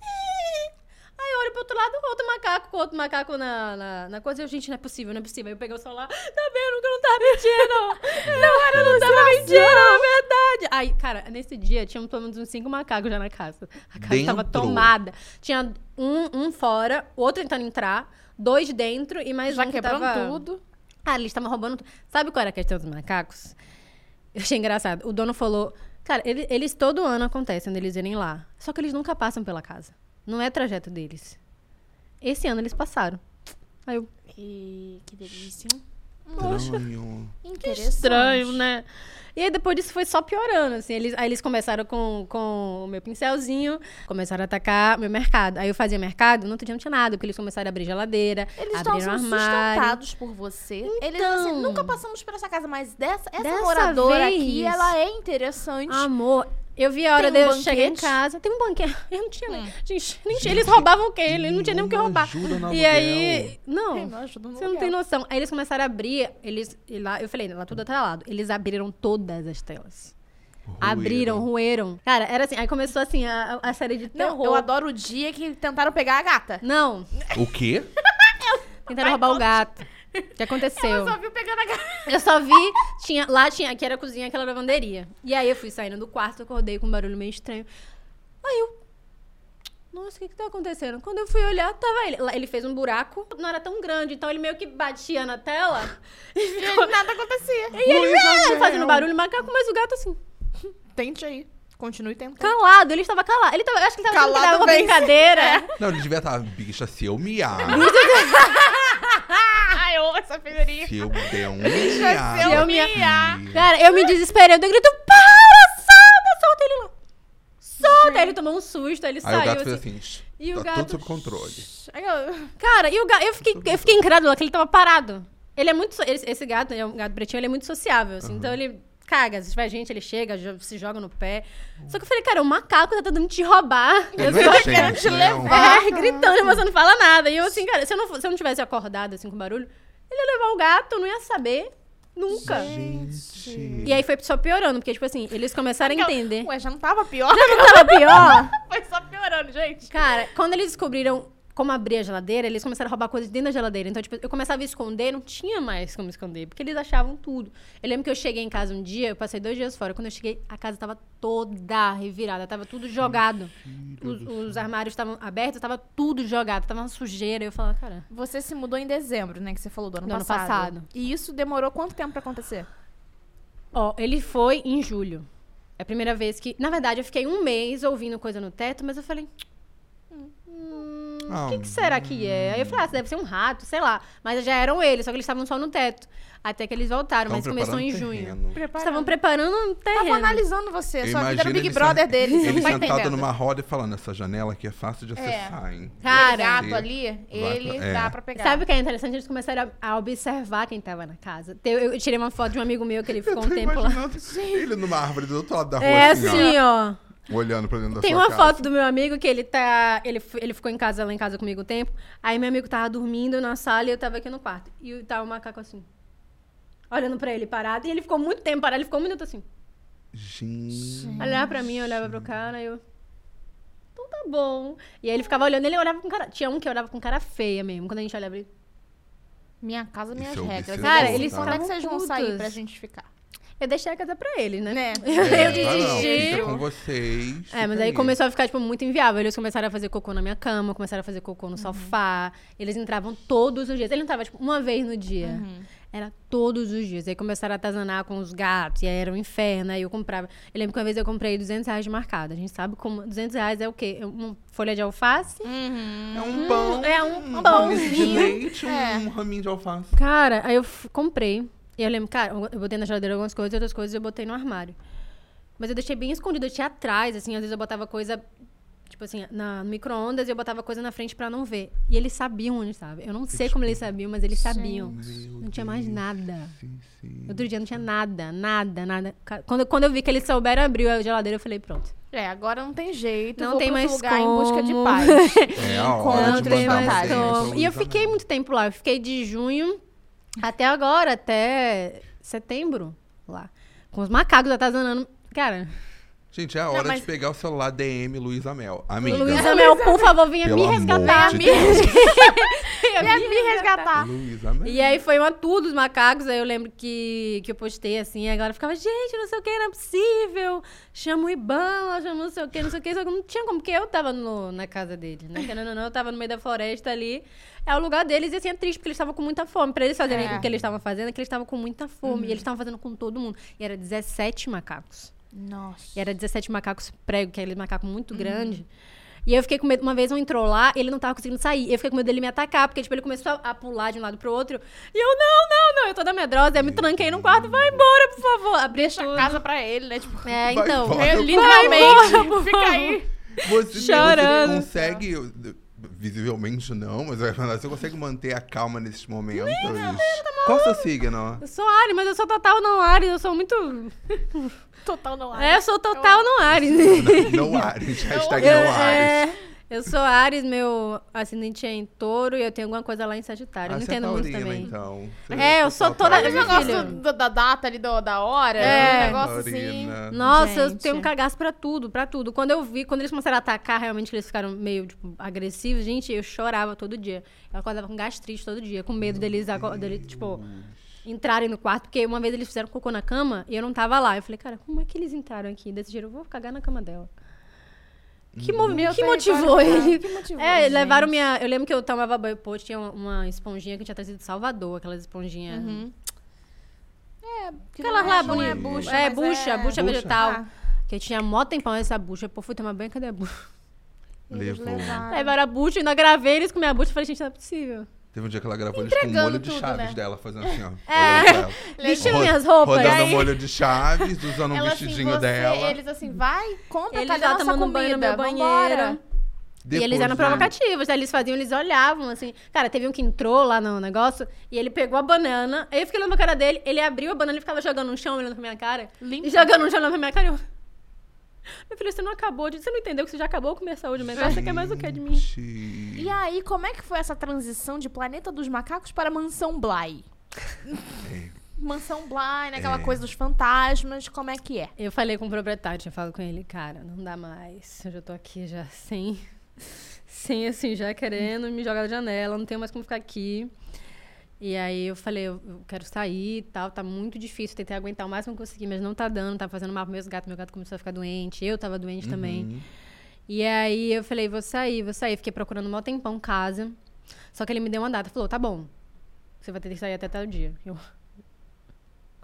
Aí eu olho pro outro lado, outro macaco na coisa. E eu, gente, não é possível. Aí eu peguei o celular, tá vendo que eu não tava mentindo? Eu não tava mentindo, é verdade. Aí, cara, nesse dia, tinha pelo menos uns 5 macacos já na casa. A casa tava Dentro? tomada. Tinha um fora, o outro tentando entrar, 2 dentro e mais Já um que quebrando tava... tudo. Ah, eles estavam roubando tudo. Sabe qual era a questão dos macacos? Eu achei engraçado. O dono falou... Cara, eles todo ano acontecem deles irem lá. Só que eles nunca passam pela casa. Não é trajeto deles. Esse ano eles passaram. Aí eu... E que delícia, hein? Estranho. Interessante. Estranho, né? E aí depois disso foi só piorando, assim. Aí eles começaram com o meu pincelzinho, começaram a atacar meu mercado. Aí eu fazia mercado, no outro dia não tinha nada, porque eles começaram a abrir geladeira, Eles abriram estão sendo armário. sustentados por você. Eles, Então. assim, nunca passamos por essa casa, mas essa Dessa moradora vez. aqui, ela é interessante. Amor, eu vi a hora Tem de um eu chegar em banquete? casa. Tem um banquete. Eu não tinha. Gente, nem tinha. Eles roubavam o quê? Ele não tinha nem o que roubar. Ajuda no E aí. Não. Quem não ajuda no Você não tem aluguel? noção. Aí eles começaram a abrir. E lá, eu falei, lá tudo atrelado. Eles abriram todas as telas. Abriram, roeram. Cara, era assim. Aí começou assim a série de terror. Não, eu adoro o dia que tentaram pegar a gata. Não. O quê? Tentaram roubar o gato. O que aconteceu? Eu só viu pegando a gata. Eu só vi, aqui era a cozinha, aquela lavanderia. E aí eu fui saindo do quarto, acordei com um barulho meio estranho. Aí eu, nossa, o que tá acontecendo? Quando eu fui olhar, tava ele. Ele fez um buraco, não era tão grande, então ele meio que batia na tela. E nada acontecia. E ele fazendo barulho macaco, mas o gato assim, Tente aí. Continue tentando. calado, ele estava calado. Acho que ele tava achando que Calado dava uma vence. brincadeira. Não, ele devia estar, bicha, se eu miar. Ai, eu amo essa figurinha. Se eu der um Se miar. eu miar. miar. Cara, eu me desesperei, eu grito, para, solta ele lá. Solta, aí ele tomou um susto, aí ele Aí saiu o gato assim. fez assim, E o tá gato- tudo sob controle. Aí eu... Cara, e o gato, eu fiquei incrédula que ele tava parado. Ele é muito, esse gato, é um gato pretinho, ele é muito sociável, assim, então ele caga, se tiver gente, ele chega, se joga no pé. Só que eu falei, cara, o macaco tá tentando te roubar. Ele não é gente, te né? levar. Gritando, mas você não fala nada. E eu assim, cara, se eu não tivesse acordado, assim, com barulho, ele ia levar o gato, eu não ia saber. Nunca. Gente. E aí foi só piorando, porque, tipo assim, eles começaram a entender. Ué, já não tava pior? Não tava pior? Foi só piorando, gente. Cara, quando eles descobriram como abrir a geladeira, eles começaram a roubar coisas dentro da geladeira. Então, tipo, eu começava a esconder, não tinha mais como esconder, porque eles achavam tudo. Eu lembro que eu cheguei em casa um dia, eu passei 2 dias fora. Quando eu cheguei, a casa tava toda revirada, tava tudo jogado. Os armários estavam abertos, tava tudo jogado, tava uma sujeira. Eu falava, cara, Você se mudou em dezembro, né? Que você falou do ano Do ano passado. passado. E isso demorou quanto tempo pra acontecer? ó, ele foi em julho. É a primeira vez que... Na verdade, eu fiquei 1 mês ouvindo coisa no teto, mas eu falei... que será que é? Aí eu falei, deve ser um rato, sei lá. Mas já eram eles, só que eles estavam só no teto. Até que eles voltaram, mas começou em junho. Estavam preparando um terreno. Estavam analisando você, sua vida era o Big Brother deles. Ele tá sentado numa roda e falando, essa janela aqui é fácil de acessar, hein? Cara, gato ali, ele dá pra pegar. Sabe o que é interessante? Eles começaram a observar quem tava na casa. Eu tirei uma foto de um amigo meu que ele ficou um tempo lá. Ele numa árvore do outro lado da rua, assim, ó. Olhando pra dentro da Tem sua uma casa. foto do meu amigo que ele ficou lá em casa comigo um tempo. Aí meu amigo tava dormindo na sala e eu tava aqui no quarto. E tava o macaco assim, olhando pra ele parado. E ele ficou muito tempo parado, ele ficou um minuto assim. Gente. Olhava pra mim, olhava pro cara, eu... Então tá bom. E aí ele ficava olhando, ele olhava com cara... Tinha um que olhava com cara feia mesmo, quando a gente olhava ele... Minha casa, minhas Isso é regras. obsessão, Cara, eles Quando é que vocês vão putos. sair pra gente ficar? Eu deixei a casa pra eles, né? Eu desisti. Fica com vocês. Mas aí começou a ficar, tipo, muito inviável. Eles começaram a fazer cocô na minha cama, começaram a fazer cocô no sofá. Eles entravam todos os dias. Ele não entrava, tipo, uma vez no dia. Era todos os dias. Aí começaram a atazanar com os gatos. E aí era um inferno. Aí eu comprava... Eu lembro que uma vez eu comprei R$200 de marcada. A gente sabe como... R$200 é o quê? Uma folha de alface. É um pão. É um pãozinho de pãozinho. leite, um raminho de alface. Cara, aí eu comprei. E eu lembro, cara, eu botei na geladeira algumas coisas, outras coisas eu botei no armário. Mas eu deixei bem escondido, eu tinha atrás, assim, às vezes eu botava coisa, tipo assim, no micro-ondas e eu botava coisa na frente pra não ver. E eles sabiam onde estava. Eu não sei como eles sabiam, mas eles sabiam. Não tinha mais nada. Outro dia não tinha nada. Quando eu vi que eles souberam abrir a geladeira, eu falei, pronto. Agora não tem jeito. Não vou tem pro mais lugar como. em busca de paz. É a hora Não de tem mandar mais uma como. E eu fiquei muito tempo lá. Eu fiquei de junho até agora, até setembro lá. Com os macacos atazanando. Cara, Gente, é a hora de pegar o celular DM Luísa Mel. Amiga. Luísa Mel, por favor, venha Pelo me amor resgatar. de Venha me resgatar. Luísa Mel. E aí foi uma tour dos macacos. Aí eu lembro que eu postei assim. E a galera ficava, gente, não sei o que, não é possível. Chama o Ibama, chama não sei o que, não sei o que. Só que não tinha como, porque eu tava na casa deles, né? Querendo ou não, eu tava no meio da floresta ali. É o lugar deles. E assim, é triste, porque eles estavam com muita fome. Pra eles fazerem o que eles estavam fazendo, é que eles estavam com muita fome. E eles estavam fazendo com todo mundo. E era 17 macacos. Nossa. E era 17 macacos prego, que é aquele macaco muito grande. E eu fiquei com medo. Uma vez um entrou lá, ele não tava conseguindo sair. Eu fiquei com medo dele me atacar, porque tipo, ele começou a pular de um lado pro outro. E eu, não. Eu toda medrosa, eu me tranquei no quarto. Vai embora, por favor. Abri Deixa a casa pra ele, né? Tipo, É, Vai então. embora. literalmente. Fica aí. Você Chorando. consegue... Visivelmente não, mas você consegue manter a calma nesses momentos? Qual o seu signo? Eu sou Ares, mas eu sou total não Ares. Eu sou muito... Total não há. eu sou total não Ares. Não Ares. Hashtag não Ares. Eu sou Ares, meu ascendente é em touro e eu tenho alguma coisa lá em Sagitário. Eu não Você é entendo muito taurina, também. então. Eu sou toda... Aquele negócio da data ali, da hora. Um negócio assim. Taurina. Nossa, eu Gente. tenho um cagaço pra tudo. Quando eles começaram a atacar, realmente, que eles ficaram meio, tipo, agressivos, gente, eu chorava todo dia. Eu acordava com gastrite todo dia, com medo deles tipo, entrarem no quarto. Porque uma vez eles fizeram cocô na cama e eu não tava lá. Eu falei, cara, como é que eles entraram aqui? Desse jeito, eu vou cagar na cama dela. Que motivou ele? Que motivou, Eles levaram gente. Eu lembro que eu tomava banho, pô, tinha uma esponjinha que eu tinha trazido de Salvador, aquelas esponjinhas... Aquelas lá não é bonitas. bucha, mas bucha Bucha. vegetal. Ah. Que eu tinha mó tempão essa bucha. Pô, fui tomar banho, cadê a bucha? Eles Levou. levaram. Levaram a bucha, ainda gravei eles com minha bucha. Falei, gente, não é possível. Teve um dia que ela gravou eles com o molho de tudo, chaves né? dela, fazendo assim, ó. olhando pra ela. Vestindo minhas roupas. Rodando Aí, o molho de chaves, usando um Ela, vestidinho assim, dela. Eles assim, vai, conta, eles cadê já a nossa tomando comida? banho no meu banheiro. Vambora. E Depois, eles eram né? provocativos, né? Eles olhavam, assim. Cara, teve um que entrou lá no negócio e ele pegou a banana. Aí eu fiquei olhando pra cara dele, ele abriu a banana e ficava jogando no chão, olhando pra minha cara. Limpa. E jogando no chão, olhando pra minha cara. Eu... Meu filho, você não acabou você não entendeu que você já acabou com a minha saúde mental? Você quer mais o que de mim? E aí, como é que foi essa transição de Planeta dos Macacos para Mansão Bly? Mansão Bly, né? Aquela coisa dos fantasmas, como é que é? Eu falei com o proprietário, tinha falado com ele, cara, não dá mais. Eu já tô aqui já sem assim, já querendo me jogar da janela, não tenho mais como ficar aqui. E aí eu falei, eu quero sair e tal, tá muito difícil, tentei aguentar o máximo que consegui, mas não tá dando, tá fazendo mal pros meus gatos, meu gato começou a ficar doente, eu tava doente também. E aí eu falei, vou sair, fiquei procurando um maior tempão casa, só que ele me deu uma data, falou, tá bom, você vai ter que sair até tal dia. Eu...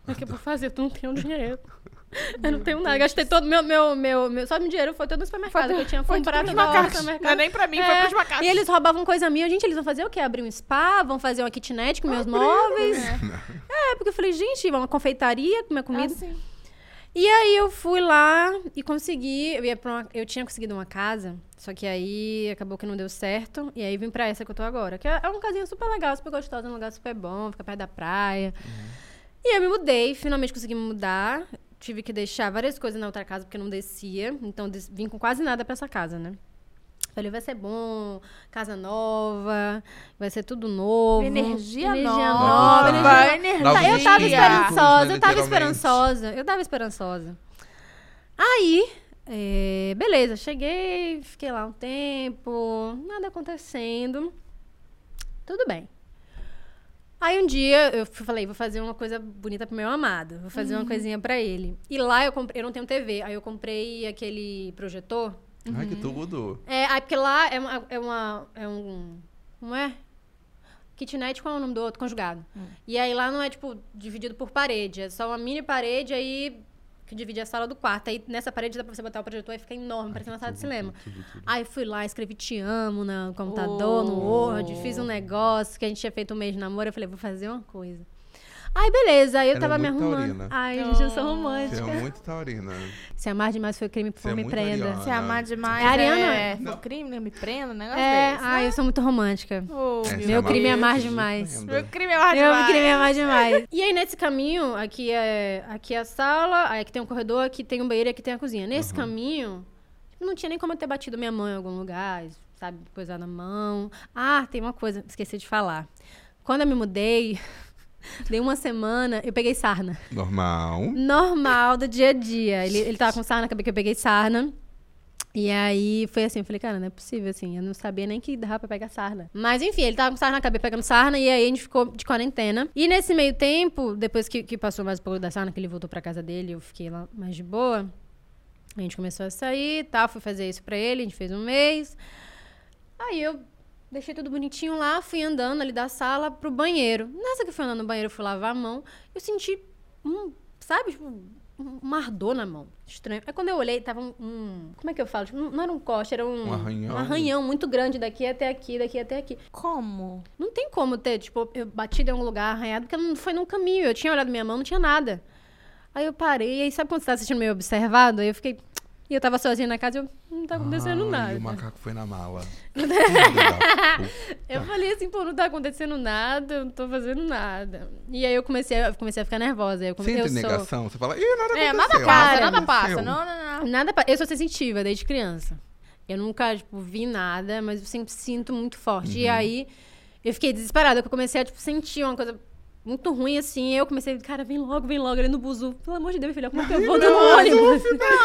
O que eu vou fazer? Tu não tem dinheiro. Eu não tenho nada. Gastei todo meu só meu dinheiro foi todo no supermercado. Que eu tinha comprado toda hora no supermercado. Não é nem pra mim, foi pros macacos. E eles roubavam coisa minha. Gente, eles vão fazer o quê? Abrir um spa? Vão fazer uma kitnet com meus móveis? Porque eu falei, gente, uma confeitaria com minha comida. Sim. E aí eu fui lá e consegui. Eu tinha conseguido uma casa, só que aí acabou que não deu certo. E aí vim pra essa que eu tô agora. Que é uma casinha super legal, super gostosa, um lugar super bom, fica perto da praia. E eu me mudei, finalmente consegui me mudar. Tive que deixar várias coisas na outra casa porque não descia. Então vim com quase nada pra essa casa, né? Falei, vai ser bom, casa nova, vai ser tudo novo. Energia nova. Eu tava esperançosa. Aí, beleza, cheguei, fiquei lá um tempo, nada acontecendo. Tudo bem. Aí um dia eu falei, vou fazer uma coisa bonita pro meu amado. Vou fazer uma coisinha pra ele. E lá eu não tenho TV. Aí eu comprei aquele projetor. Ai, que tudo. Aí porque lá como é? Kitnet, qual é o nome do outro? Conjugado. E aí lá não é, tipo, dividido por parede. É só uma mini parede aí que divide a sala do quarto. Aí nessa parede dá pra você botar o projetor e fica enorme, parecendo uma sala de cinema. Tudo. Aí fui lá, escrevi te amo no computador, no Word, fiz um negócio que a gente tinha feito um mês de namoro. Eu falei, vou fazer uma coisa. Aí, beleza. Aí eu tava me arrumando. Taurina. Ai, gente, eu sou romântica. Você é muito taurina. Se amar demais foi crime, por favor, me prenda. ariana. Se amar demais É ariana? foi crime, né? Me prenda, um negócio desse, né? Eu sou muito romântica. Se Meu amar crime é demais, amar demais. Meu crime é mais Meu demais. crime é amar demais. E aí, nesse caminho, aqui é a sala, aí aqui tem um corredor, aqui tem um banheiro e aqui tem a cozinha. Nesse caminho, não tinha nem como eu ter batido minha mão em algum lugar, sabe? Coisar na mão. Ah, tem uma coisa, esqueci de falar. Quando eu me mudei... Dei uma semana, eu peguei sarna. Normal do dia a dia. Ele tava com sarna, acabei que eu peguei sarna. E aí foi assim, eu falei, cara, não é possível assim. Eu não sabia nem que dava pra pegar sarna. Mas enfim, ele tava com sarna, acabei pegando sarna. E aí a gente ficou de quarentena. E nesse meio tempo, depois que passou mais um pouco da sarna, que ele voltou pra casa dele, eu fiquei lá mais de boa. A gente começou a sair, tá? Fui fazer isso pra ele, a gente fez um mês. Aí eu deixei tudo bonitinho lá, fui andando ali da sala pro banheiro. Nessa que eu fui andando no banheiro, eu fui lavar a mão, eu senti sabe, tipo, um ardor na mão. Estranho. Aí quando eu olhei, tava como é que eu falo? Tipo, não era um corte, era um arranhão muito grande daqui até aqui, daqui até aqui. Como? Não tem como ter, tipo, eu bati em algum lugar arranhado, porque não foi no caminho. Eu tinha olhado minha mão, não tinha nada. Aí eu parei, e aí sabe quando você tá assistindo meio observado? Aí eu fiquei... E eu tava sozinha na casa e eu, não tá acontecendo nada. E o macaco foi na mala. Eu falei assim, pô, não tá acontecendo nada, eu não tô fazendo nada. E aí eu comecei a ficar nervosa. Você entra em negação? Você fala, nada aconteceu. Nada passa. Não. Eu sou sensitiva desde criança. Eu nunca, tipo, vi nada, mas eu sempre sinto muito forte. E aí eu fiquei desesperada, porque eu comecei a, tipo, sentir uma coisa... muito ruim, assim. Eu comecei, cara, vem logo ali no buzu. Pelo amor de Deus, filha, como é que eu vou? Tô no ônibus.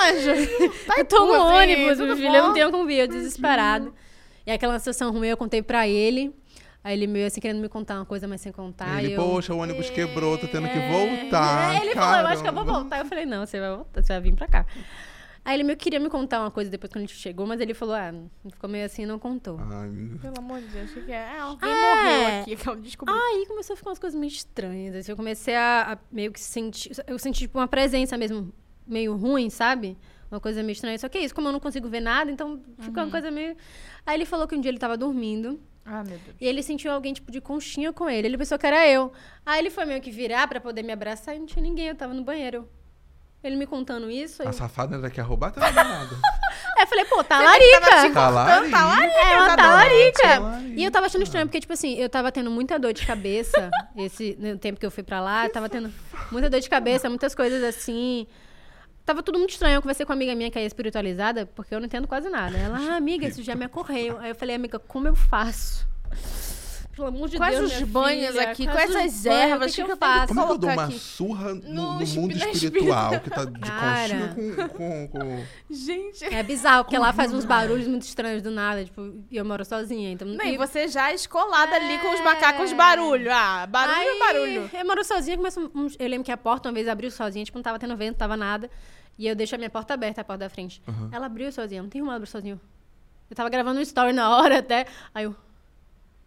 Eu tô no ônibus, meu filho. Eu não tenho como vir, eu desesperado. E aquela sensação ruim, eu contei pra ele. Aí ele meio assim, querendo me contar uma coisa, mas sem contar. Ele, poxa, o ônibus quebrou, tô tendo que voltar. Ele falou, eu acho que eu vou voltar. Eu falei, não, você vai voltar, você vai vir pra cá. Aí ele meio que queria me contar uma coisa depois que a gente chegou, mas ele falou, ficou meio assim e não contou. Pelo amor de Deus, o que é? Alguém morreu aqui, que eu descobri. Aí começou a ficar umas coisas meio estranhas. Assim, eu comecei a meio que sentir... Eu senti, tipo, uma presença mesmo meio ruim, sabe? Uma coisa meio estranha. Só que é isso, como eu não consigo ver nada, então ficou uma coisa meio... Aí ele falou que um dia ele tava dormindo. Ah, meu Deus. E ele sentiu alguém, tipo, de conchinha com ele. Ele pensou que era eu. Aí ele foi meio que virar pra poder me abraçar e não tinha ninguém, eu tava no banheiro. Ele me contando isso. A safada ainda quer roubar, tá nada. Aí eu falei, pô, talarica. Talarica. É uma talarica. E eu tava achando estranho, porque, tipo assim, eu tava tendo muita dor de cabeça. No tempo que eu fui pra lá, eu tava tendo muita dor de cabeça, muitas coisas assim. Tava tudo muito estranho. Eu conversei com uma amiga minha que é espiritualizada, porque eu não entendo quase nada. Ela, amiga, isso já me ocorreu. Aí eu falei, amiga, como eu faço? Pelo amor de quais Deus, os banhos aqui, quais as ervas, que eu faço? Como é que eu dou uma surra no mundo espiritual, que tá de conchinha com... Gente... É bizarro, porque lá faz uns barulhos muito estranhos do nada, tipo, e eu moro sozinha, então... E você já é escolada ali com os macacos de barulho. Barulho é barulho. Eu moro sozinha, eu lembro que a porta uma vez abriu sozinha, tipo, não tava tendo vento, não tava nada, e eu deixo a minha porta aberta, a porta da frente. Ela abriu sozinha, não tem como ela abrir sozinha. Eu tava gravando um story na hora até, aí eu...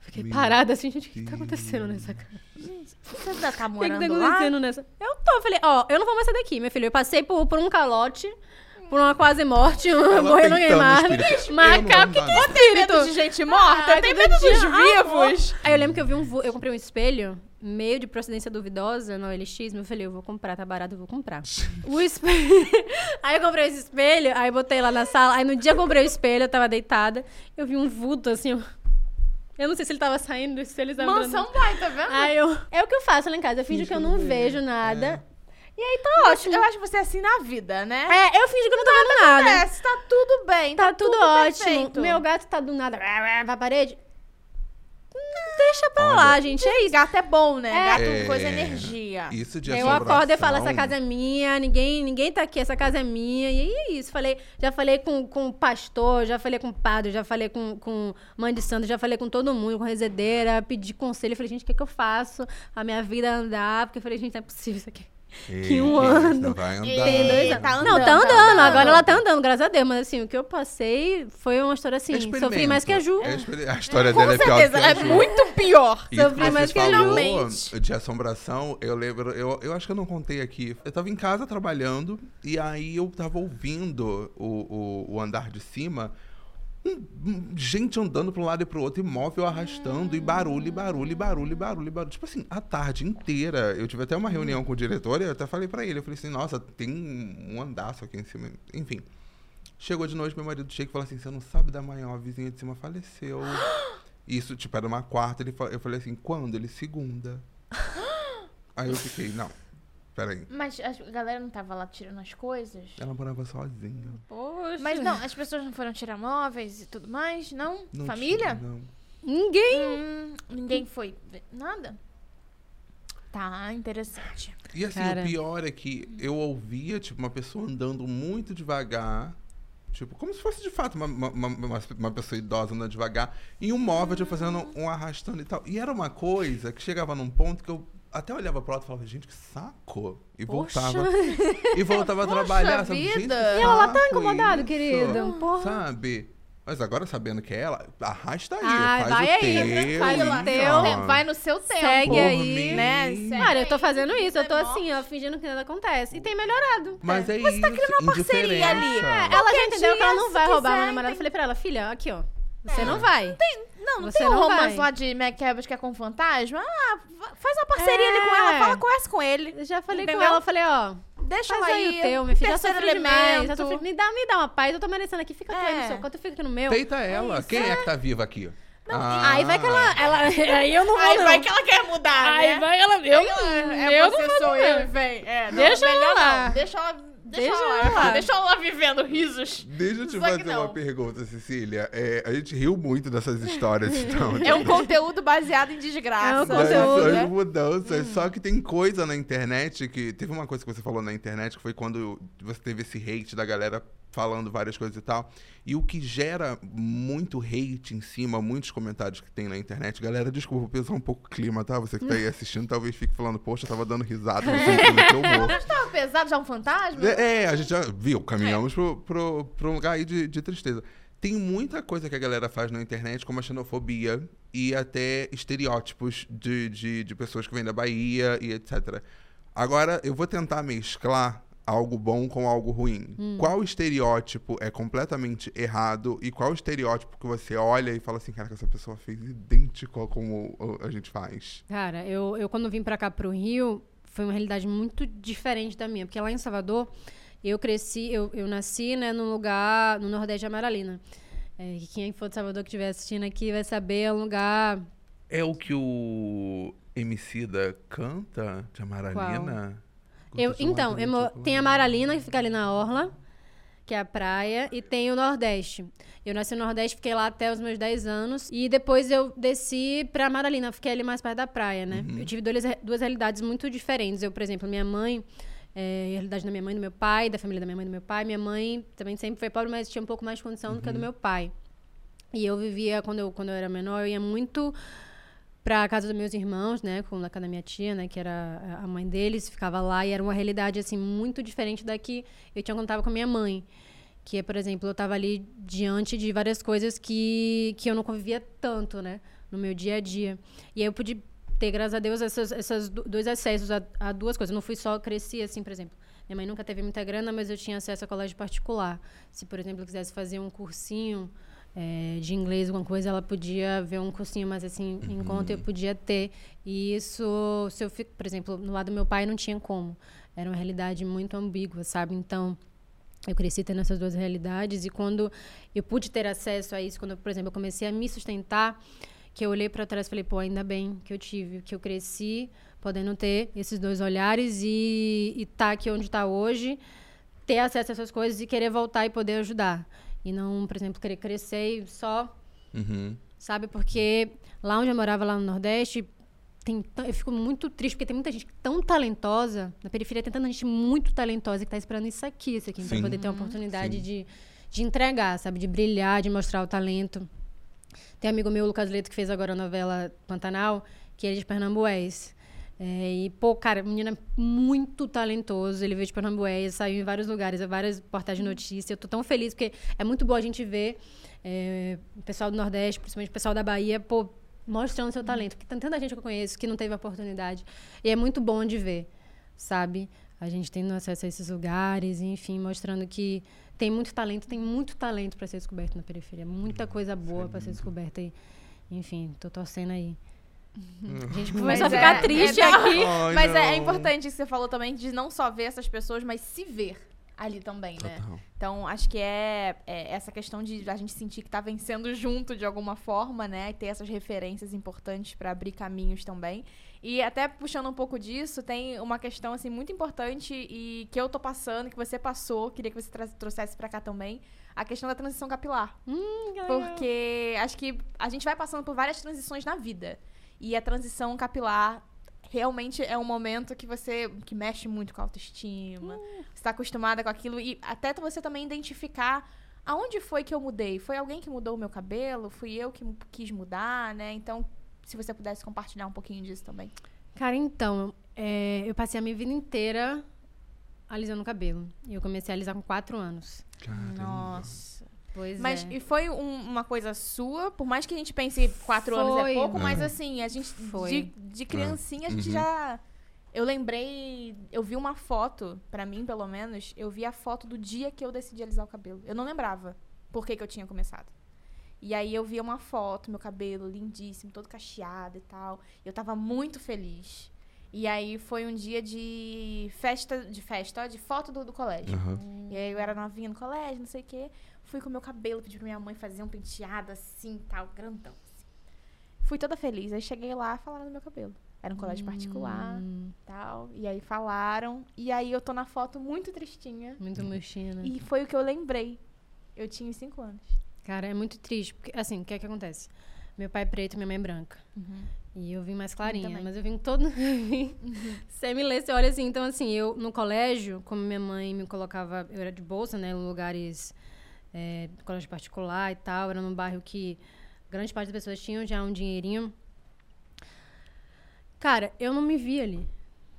Fiquei parada assim, gente, o que tá acontecendo nessa casa? Gente, você ainda tá O que morando tá lá? acontecendo nessa? Eu falei, eu não vou mais sair daqui, meu filho. Eu passei por um calote, por uma quase morte, morrendo no Neymar. Macaco, que é espírito? Medo de gente morta? Tem medo dos vivos? Aí eu lembro que eu comprei um espelho, meio de procedência duvidosa, no OLX, eu falei, eu vou comprar, tá barato, eu vou comprar. O espelho... Aí eu comprei esse espelho, aí botei lá na sala, aí no dia que eu comprei o espelho, eu tava deitada, eu vi um vulto, assim, eu não sei se ele tava saindo do espelho, ele tava Mansão Bly, tá vendo? Aí é o que eu faço lá em casa, eu finjo que eu não vejo nada. E aí tá ótimo. Eu acho que você é assim na vida, né? Eu finjo que eu não tô vendo nada. Acontece, tá tudo bem. Tá tudo ótimo. Perfeito. Meu gato tá do nada pra parede. Deixa pra lá, gente. É isso. Gato é bom, né? Gato coisa energia. Isso de Eu acordo e falo, essa casa é minha, ninguém tá aqui, essa casa é minha. E aí é isso. Já falei com o pastor, já falei com o padre, já falei com mãe de santo, já falei com todo mundo, com a rezedeira, pedi conselho. Falei, gente, o que eu faço? A minha vida andar. Porque eu falei, gente, não é possível isso aqui. Que um ano. Vai andar. Tem 2 anos. Tá andando, Não, tá andando. Agora ela tá andando, graças a Deus. Mas assim, o que eu passei foi uma história assim. Sofri mais que a Ju. A história dela é pior que a Ju. É muito pior. Sofri mais que a Ju. De assombração, eu lembro, eu acho que eu não contei aqui. Eu tava em casa trabalhando e aí eu tava ouvindo o andar de cima, gente andando pra um lado e pro outro, imóvel arrastando, e barulho. Tipo assim, a tarde inteira. Eu tive até uma reunião com o diretor e eu até falei pra ele, eu falei assim, nossa, tem um andaço aqui em cima. Enfim. Chegou de noite, meu marido chega e falou assim, você não sabe da manhã, a vizinha de cima faleceu. Isso, tipo, era uma quarta. Eu falei assim, quando? Ele, segunda. Aí eu fiquei, não, peraí. Mas a galera não tava lá tirando as coisas? Ela morava sozinha. Poxa. Mas não, as pessoas não foram tirar móveis e tudo mais? Não? Não Família? tinha, não. Ninguém foi ver nada? Tá, interessante. E assim, Cara. o pior é que eu ouvia, tipo, uma pessoa andando muito devagar, tipo, como se fosse de fato uma pessoa idosa andando devagar, e um móvel, tipo, fazendo um arrastando e tal. E era uma coisa que chegava num ponto que eu até olhava pro lado e falava, gente, que saco. E voltava. E voltava a trabalhar, sabe? vida. Gente, que E ela lá tá saco incomodado, isso. querido. Porra. Sabe? Mas agora, sabendo que é ela, arrasta aí, Vai faz o aí, teu. faz o e, teu. ó, Vai no seu tempo. Segue por aí, mim. né? Segue Cara, eu tô aí. fazendo isso, eu tô Não é assim, ó, fingindo que nada acontece. E tem melhorado. Mas é Você isso, tá criando uma parceria ali. indiferença. Ela já Qualquer entendeu que ela dia, não se vai roubar quiser, meu namorado. Eu falei pra ela, filha, aqui, ó. Você não vai. Não Você tem um não romance vai. lá de McKebbs que é com fantasma? Faz uma parceria ali com ela, conversa com ele. Eu já falei com Entendeu? ela, eu falei, ó, Deixa faz ela aí aí. o teu, minha filha. Já Terceiro sofri demais. elemento. Já sofri. Me dá uma paz, eu tô merecendo aqui. Fica tu aí no seu canto, eu fico aqui no meu. Peita ela. Quem é que tá viva aqui? Aí vai que ela aí eu não vou, Aí não. vai que ela quer mudar, Aí né? vai ela... Eu não vou, sou não. eu e vem. Deixa melhor ela lá. não. Deixa ela Deixa ela lá. Deixa ela lá vivendo risos. Deixa eu te Só que fazer não. uma pergunta, Cecília. A gente riu muito dessas histórias. Então, É um conteúdo baseado em desgraça. É um das conteúdo, suas né? mudanças. Só que tem coisa na internet que... Teve uma coisa que você falou na internet, que foi quando você teve esse hate da galera falando várias coisas e tal. E o que gera muito hate em cima, muitos comentários que tem na internet. Galera, desculpa, vou pesar um pouco o clima, tá? Você que tá aí assistindo, talvez fique falando, poxa, eu tava dando risada, não sei o teu humor. Mas tava pesado, já um fantasma? A gente já viu, caminhamos pro um lugar aí de tristeza. Tem muita coisa que a galera faz na internet, como a xenofobia e até estereótipos de pessoas que vêm da Bahia e etc. Agora, eu vou tentar mesclar algo bom com algo ruim. Qual estereótipo é completamente errado e qual estereótipo que você olha e fala assim, cara, que essa pessoa fez idêntico a como a gente faz? Cara, eu quando vim pra cá pro Rio, foi uma realidade muito diferente da minha. Porque lá em Salvador, eu nasci, né, num lugar, no Nordeste de Amaralina. Quem for de Salvador que estiver assistindo aqui vai saber, é um lugar... É o que o Emicida canta de Amaralina? Tem a Amaralina, que fica ali na Orla, que é a praia, e tem o Nordeste. Eu nasci no Nordeste, fiquei lá até os meus 10 anos, e depois eu desci pra Amaralina, fiquei ali mais perto da praia, né? Eu tive duas realidades muito diferentes. Eu, por exemplo, minha mãe, a realidade da minha mãe e do meu pai, da família da minha mãe e do meu pai. Minha mãe também sempre foi pobre, mas tinha um pouco mais de condição do que a do meu pai. E eu vivia, quando eu era menor, eu ia muito pra casa dos meus irmãos, né, na casa da minha tia, né, que era a mãe deles, ficava lá, e era uma realidade, assim, muito diferente da que eu tinha quando tava com a minha mãe, Que é, por exemplo, eu estava ali diante de várias coisas que eu não convivia tanto, né? No meu dia a dia. E aí eu pude ter, graças a Deus, esses 2 acessos a 2 coisas. Eu não fui só crescer, assim, por exemplo. Minha mãe nunca teve muita grana, mas eu tinha acesso a colégio particular. Se, por exemplo, eu quisesse fazer um cursinho de inglês, alguma coisa, ela podia ver um cursinho, mas assim, enquanto eu podia ter. E isso, se eu fico, por exemplo, no lado do meu pai, não tinha como. Era uma realidade muito ambígua, sabe? Então, eu cresci tendo essas 2 realidades. E quando eu pude ter acesso a isso, quando, por exemplo, eu comecei a me sustentar, que eu olhei para trás e falei, pô, ainda bem que eu tive, que eu cresci podendo ter esses 2 olhares e tá aqui onde tá hoje, ter acesso a essas coisas e querer voltar e poder ajudar. E não, por exemplo, querer crescer e só, sabe? Porque lá onde eu morava, lá no Nordeste, eu fico muito triste, porque tem muita gente tão talentosa, na periferia tem tanta gente muito talentosa que tá esperando isso aqui para poder ter a oportunidade de entregar, sabe? De brilhar, de mostrar o talento. Tem um amigo meu, o Lucas Leto, que fez agora a novela Pantanal, que ele é de Pernambués. E, pô, cara, menino é muito talentoso. Ele veio de Pernambués, saiu em vários lugares, várias portais de notícia. Eu tô tão feliz, porque é muito bom a gente ver o pessoal do Nordeste, principalmente o pessoal da Bahia, pô, mostrando seu talento. Porque tem tanta gente que eu conheço que não teve a oportunidade. E é muito bom de ver, sabe? A gente tendo acesso a esses lugares, enfim, mostrando que tem muito talento para ser descoberto na periferia. Muita coisa boa para ser descoberta. E, enfim, tô torcendo aí. A gente começa a ficar triste aqui. Mas é importante que você falou também de não só ver essas pessoas, mas se ver ali também, né? Então, acho que é essa questão de a gente sentir que tá vencendo junto de alguma forma, né? E ter essas referências importantes para abrir caminhos também. E até puxando um pouco disso, tem uma questão, assim, muito importante e que eu tô passando, que você passou, queria que você trouxesse pra cá também, a questão da transição capilar. Porque acho que a gente vai passando por várias transições na vida. E a transição capilar realmente é um momento que mexe muito com a autoestima. Você está acostumada com aquilo. E até você também identificar aonde foi que eu mudei. Foi alguém que mudou o meu cabelo? Fui eu que quis mudar, né? Então, se você pudesse compartilhar um pouquinho disso também. Cara, então, eu passei a minha vida inteira alisando o cabelo. E eu comecei a alisar com 4 anos. Caramba. Nossa. Pois mas é. E foi uma coisa sua, por mais que a gente pense 4 anos é pouco, mas assim, a gente de criancinha a gente já... Eu lembrei, eu vi uma foto, pra mim pelo menos, eu vi a foto do dia que eu decidi alisar o cabelo. Eu não lembrava por que eu tinha começado. E aí eu vi uma foto, meu cabelo lindíssimo, todo cacheado e tal. Eu tava muito feliz. E aí foi um dia de foto do colégio. E aí eu era novinha no colégio, não sei o quê. Fui com meu cabelo, pedi pra minha mãe fazer um penteado assim, tal, grandão. Assim. Fui toda feliz. Aí cheguei lá, falaram do meu cabelo. Era um colégio particular, tal. E aí falaram. E aí eu tô na foto muito tristinha. Muito murchinha, né? E foi o que eu lembrei. Eu tinha 5 anos. Cara, é muito triste. Porque, assim, o que é que acontece? Meu pai é preto e minha mãe é branca. E eu vim mais clarinha. Mas eu vim todo... Semi-lê, você olha assim. Então, assim, eu no colégio, como minha mãe me colocava... Eu era de bolsa, né? Lugares... colégio particular e tal. Era num bairro que grande parte das pessoas tinham já um dinheirinho. Cara, eu não me via ali.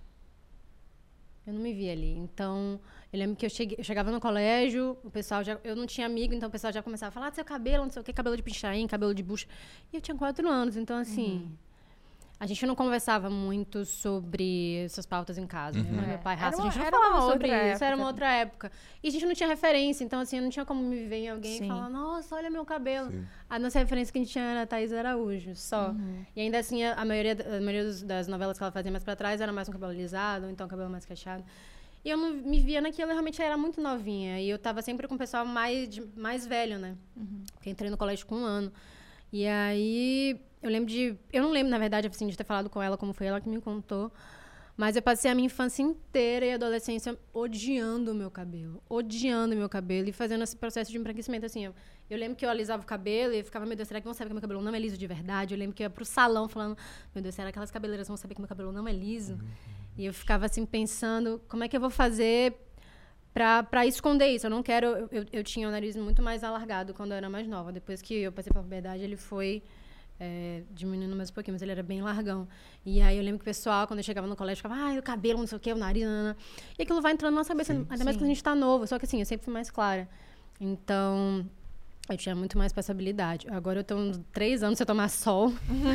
Então, eu lembro que eu chegava no colégio, o pessoal já... Eu não tinha amigo, então o pessoal já começava a falar do seu cabelo, não sei o que, cabelo de pichain, cabelo de bucha. E eu tinha 4 anos, então assim... A gente não conversava muito sobre essas pautas em casa. Né? Meu pai, raça, a gente não falava sobre isso. Era uma outra época. E a gente não tinha referência. Então, assim, eu não tinha como me ver em alguém e falar, nossa, olha meu cabelo. A nossa referência que a gente tinha era a Thaís Araújo, só. E ainda assim, a maioria das novelas que ela fazia mais pra trás era mais um cabelo alisado, ou então um cabelo mais cacheado. E eu não me via naquilo, eu realmente era muito novinha. E eu tava sempre com o pessoal mais velho, né? Porque entrei no colégio com 1 ano. E aí... Eu não lembro, na verdade, assim, de ter falado com ela, como foi ela que me contou. Mas eu passei a minha infância inteira e adolescência odiando o meu cabelo. E fazendo esse processo de embranquecimento, assim. Eu lembro que eu alisava o cabelo e ficava, meu Deus, será que vão saber que meu cabelo não é liso de verdade? Eu lembro que eu ia pro salão falando, meu Deus, será que aquelas cabeleireiras vão saber que meu cabelo não é liso? E eu ficava, assim, pensando, como é que eu vou fazer pra esconder isso? Eu não quero... Eu tinha o nariz muito mais alargado quando eu era mais nova. Depois que eu passei pela puberdade, ele foi... diminuindo mais um pouquinho, mas ele era bem largão. E aí eu lembro que o pessoal, quando eu chegava no colégio, ficava, o cabelo, não sei o que, o nariz, nanana. E aquilo vai entrando na nossa cabeça, ainda mais quando a gente tá novo. Só que assim, eu sempre fui mais clara. Então, eu tinha muito mais passabilidade. Agora eu tô uns 3 anos sem tomar sol.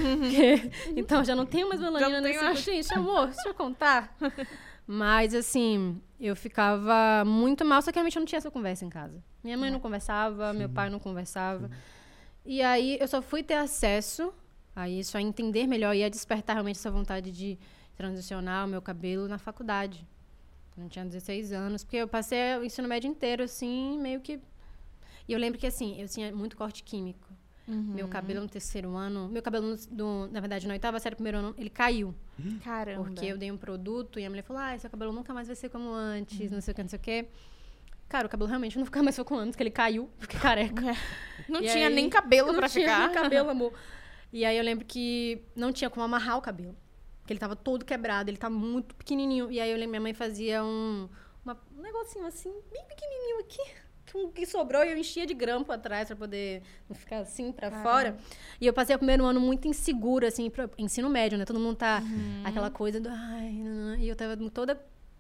Então, já não tenho mais melanina nesse... Gente, amor, deixa eu contar. Mas, assim, eu ficava muito mal, só que realmente eu não tinha essa conversa em casa. Minha mãe não conversava, meu pai não conversava. E aí, eu só fui ter acesso a isso, a entender melhor e a despertar realmente essa vontade de transicionar o meu cabelo na faculdade. Eu tinha 16 anos, porque eu passei o ensino médio inteiro, assim, meio que... E eu lembro que, assim, eu tinha muito corte químico. Meu cabelo no 3º ano... Meu cabelo, na verdade, na 8ª série, 1º ano, ele caiu. Caramba. Porque eu dei um produto e a mulher falou, seu cabelo nunca mais vai ser como antes, não sei o que, não sei o que. Cara, o cabelo realmente não ficava mais como antes, porque ele caiu, fiquei careca. Não tinha nem cabelo pra ficar. Não tinha nem cabelo, amor. E aí eu lembro que não tinha como amarrar o cabelo. Porque ele tava todo quebrado, ele tá muito pequenininho. E aí eu lembro, minha mãe fazia um negocinho assim, bem pequenininho aqui. Que sobrou e eu enchia de grampo atrás pra poder não ficar assim pra fora. E eu passei o 1º ano muito insegura, assim, pro ensino médio, né? Todo mundo tá aquela coisa do... E eu tava toda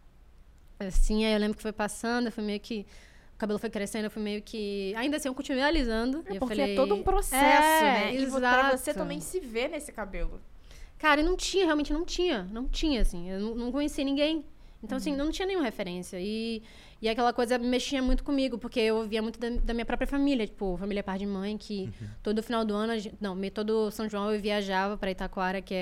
assim, aí eu lembro que foi passando, foi meio que... O cabelo foi crescendo, eu fui meio que... Ainda assim, eu continuei alisando. Porque eu falei, é todo um processo, né? Exato. E pra você também se ver nesse cabelo. Cara, e realmente não tinha, assim. Eu não conhecia ninguém. Então, assim, não tinha nenhuma referência. E aquela coisa mexia muito comigo, porque eu ouvia muito da minha própria família. Tipo, família par de mãe, que todo final do ano... todo São João eu viajava pra Itaquara, que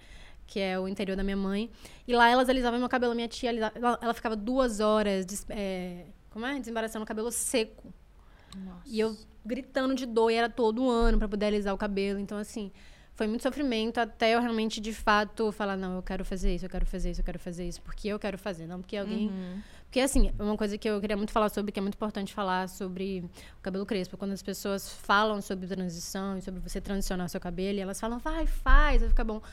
é o interior da minha mãe. E lá elas alisavam meu cabelo. Minha tia, ela ficava 2 horas desembaraçando o cabelo seco. Nossa. E eu gritando de dor, e era todo ano pra poder alisar o cabelo. Então, assim... Foi muito sofrimento até eu realmente, de fato, falar, não, eu quero fazer isso, eu quero fazer isso, eu quero fazer isso, porque eu quero fazer, não porque alguém... Porque, assim, uma coisa que eu queria muito falar sobre, que é muito importante falar sobre o cabelo crespo, quando as pessoas falam sobre transição e sobre você transicionar seu cabelo, e elas falam, vai, faz, vai ficar bom.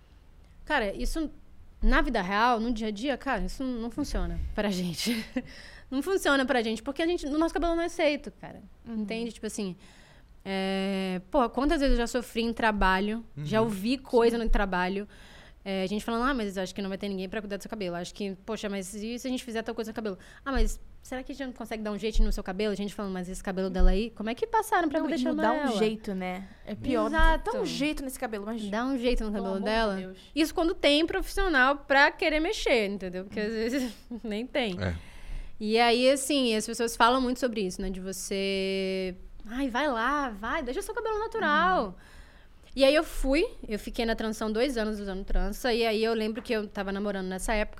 Cara, isso, na vida real, no dia a dia, cara, isso não funciona pra gente. Não funciona pra gente, porque o nosso cabelo não é aceito, cara. Entende? Tipo assim... quantas vezes eu já sofri em trabalho, já ouvi coisa no trabalho, a gente falando, mas acho que não vai ter ninguém pra cuidar do seu cabelo, acho que, poxa, mas e se a gente fizer tal coisa no cabelo? Mas será que a gente não consegue dar um jeito no seu cabelo? A gente falando, mas esse cabelo dela aí, como é que passaram pra poder chamar ela? Dá um jeito, né? É pior. Exato. Dá um jeito nesse cabelo, mas... Dá um jeito no cabelo dela. Deus. Isso quando tem profissional pra querer mexer, entendeu? Porque às vezes nem tem. E aí, assim, as pessoas falam muito sobre isso, né? De você... vai lá, deixa o seu cabelo natural. E aí eu fiquei na transição 2 anos usando trança, e aí eu lembro que eu tava namorando nessa época,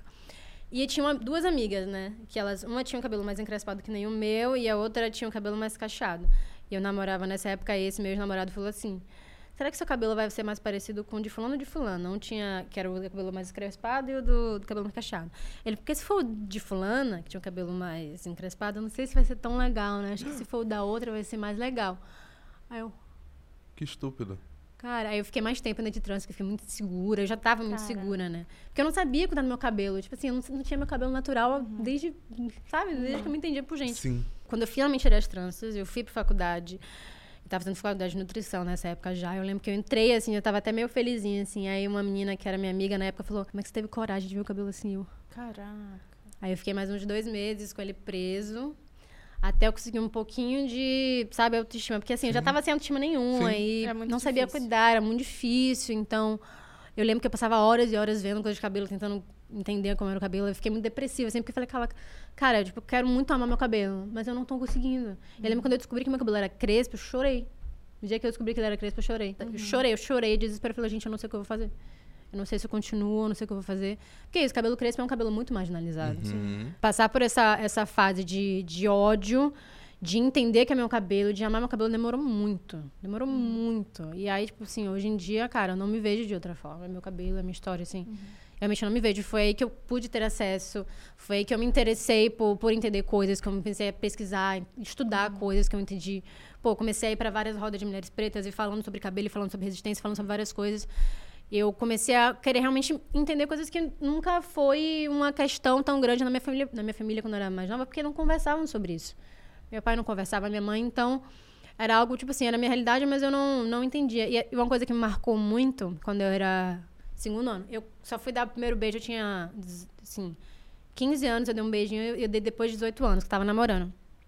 e tinha 2 amigas, né, que uma tinha um cabelo mais encrespado que nem o meu, e a outra tinha um cabelo mais cacheado. E eu namorava nessa época, e esse meu ex-namorado falou assim, será que seu cabelo vai ser mais parecido com o de fulano ou de fulano? Um tinha, que era o cabelo mais encrespado, e o do cabelo mais cacheado. Ele, porque se for o de fulana, que tinha um cabelo mais encrespado, eu não sei se vai ser tão legal, né? Acho que se for o da outra, vai ser mais legal. Aí eu... Que estúpido. Cara, aí eu fiquei mais tempo dentro de trança, que eu fiquei muito segura. Eu já tava muito segura, né? Porque eu não sabia cuidar do meu cabelo. Tipo assim, eu não tinha meu cabelo natural desde, sabe? Desde que eu me entendia por gente. Sim. Quando eu finalmente tirei as tranças, eu fui pra faculdade... Eu tava fazendo faculdade de nutrição nessa época já. Eu lembro que eu entrei, assim, eu tava até meio felizinha, assim. Aí uma menina que era minha amiga na época falou, como é que você teve coragem de ver o cabelo assim? Caraca. Aí eu fiquei mais uns 2 meses com ele preso. Até eu conseguir um pouquinho de, sabe, autoestima. Porque, assim, eu já tava sem autoestima nenhuma. E não sabia cuidar, era muito difícil. Então, eu lembro que eu passava horas e horas vendo coisa de cabelo, tentando entender como era o cabelo. Eu fiquei muito depressiva, sempre porque eu falei, cara, eu quero muito amar meu cabelo, mas eu não tô conseguindo. Eu lembro quando eu descobri que meu cabelo era crespo, eu chorei. No dia que eu descobri que ele era crespo, eu chorei. Eu chorei, desespero. Eu falei, gente, eu não sei o que eu vou fazer. Eu não sei se eu continuo, eu não sei o que eu vou fazer. Porque isso, cabelo crespo é um cabelo muito marginalizado. Passar por essa fase de ódio, de entender que é meu cabelo, de amar meu cabelo, demorou muito. Demorou muito. E aí, tipo assim, hoje em dia, cara, eu não me vejo de outra forma. É meu cabelo, é minha história, assim. Realmente eu não me vejo. Foi aí que eu pude ter acesso. Foi aí que eu me interessei por entender coisas, que eu comecei a pesquisar, estudar coisas que eu entendi. Comecei a ir para várias rodas de mulheres pretas e falando sobre cabelo, falando sobre resistência, falando sobre várias coisas. Eu comecei a querer realmente entender coisas que nunca foi uma questão tão grande na minha família quando eu era mais nova, porque não conversavam sobre isso. Meu pai não conversava, minha mãe, então... Era algo, tipo assim, era a minha realidade, mas eu não entendia. E uma coisa que me marcou muito, quando eu era... 2º ano. Eu só fui dar o primeiro beijo, eu tinha, assim, 15 anos, eu dei um beijinho, eu dei depois de 18 anos, que tava namorando.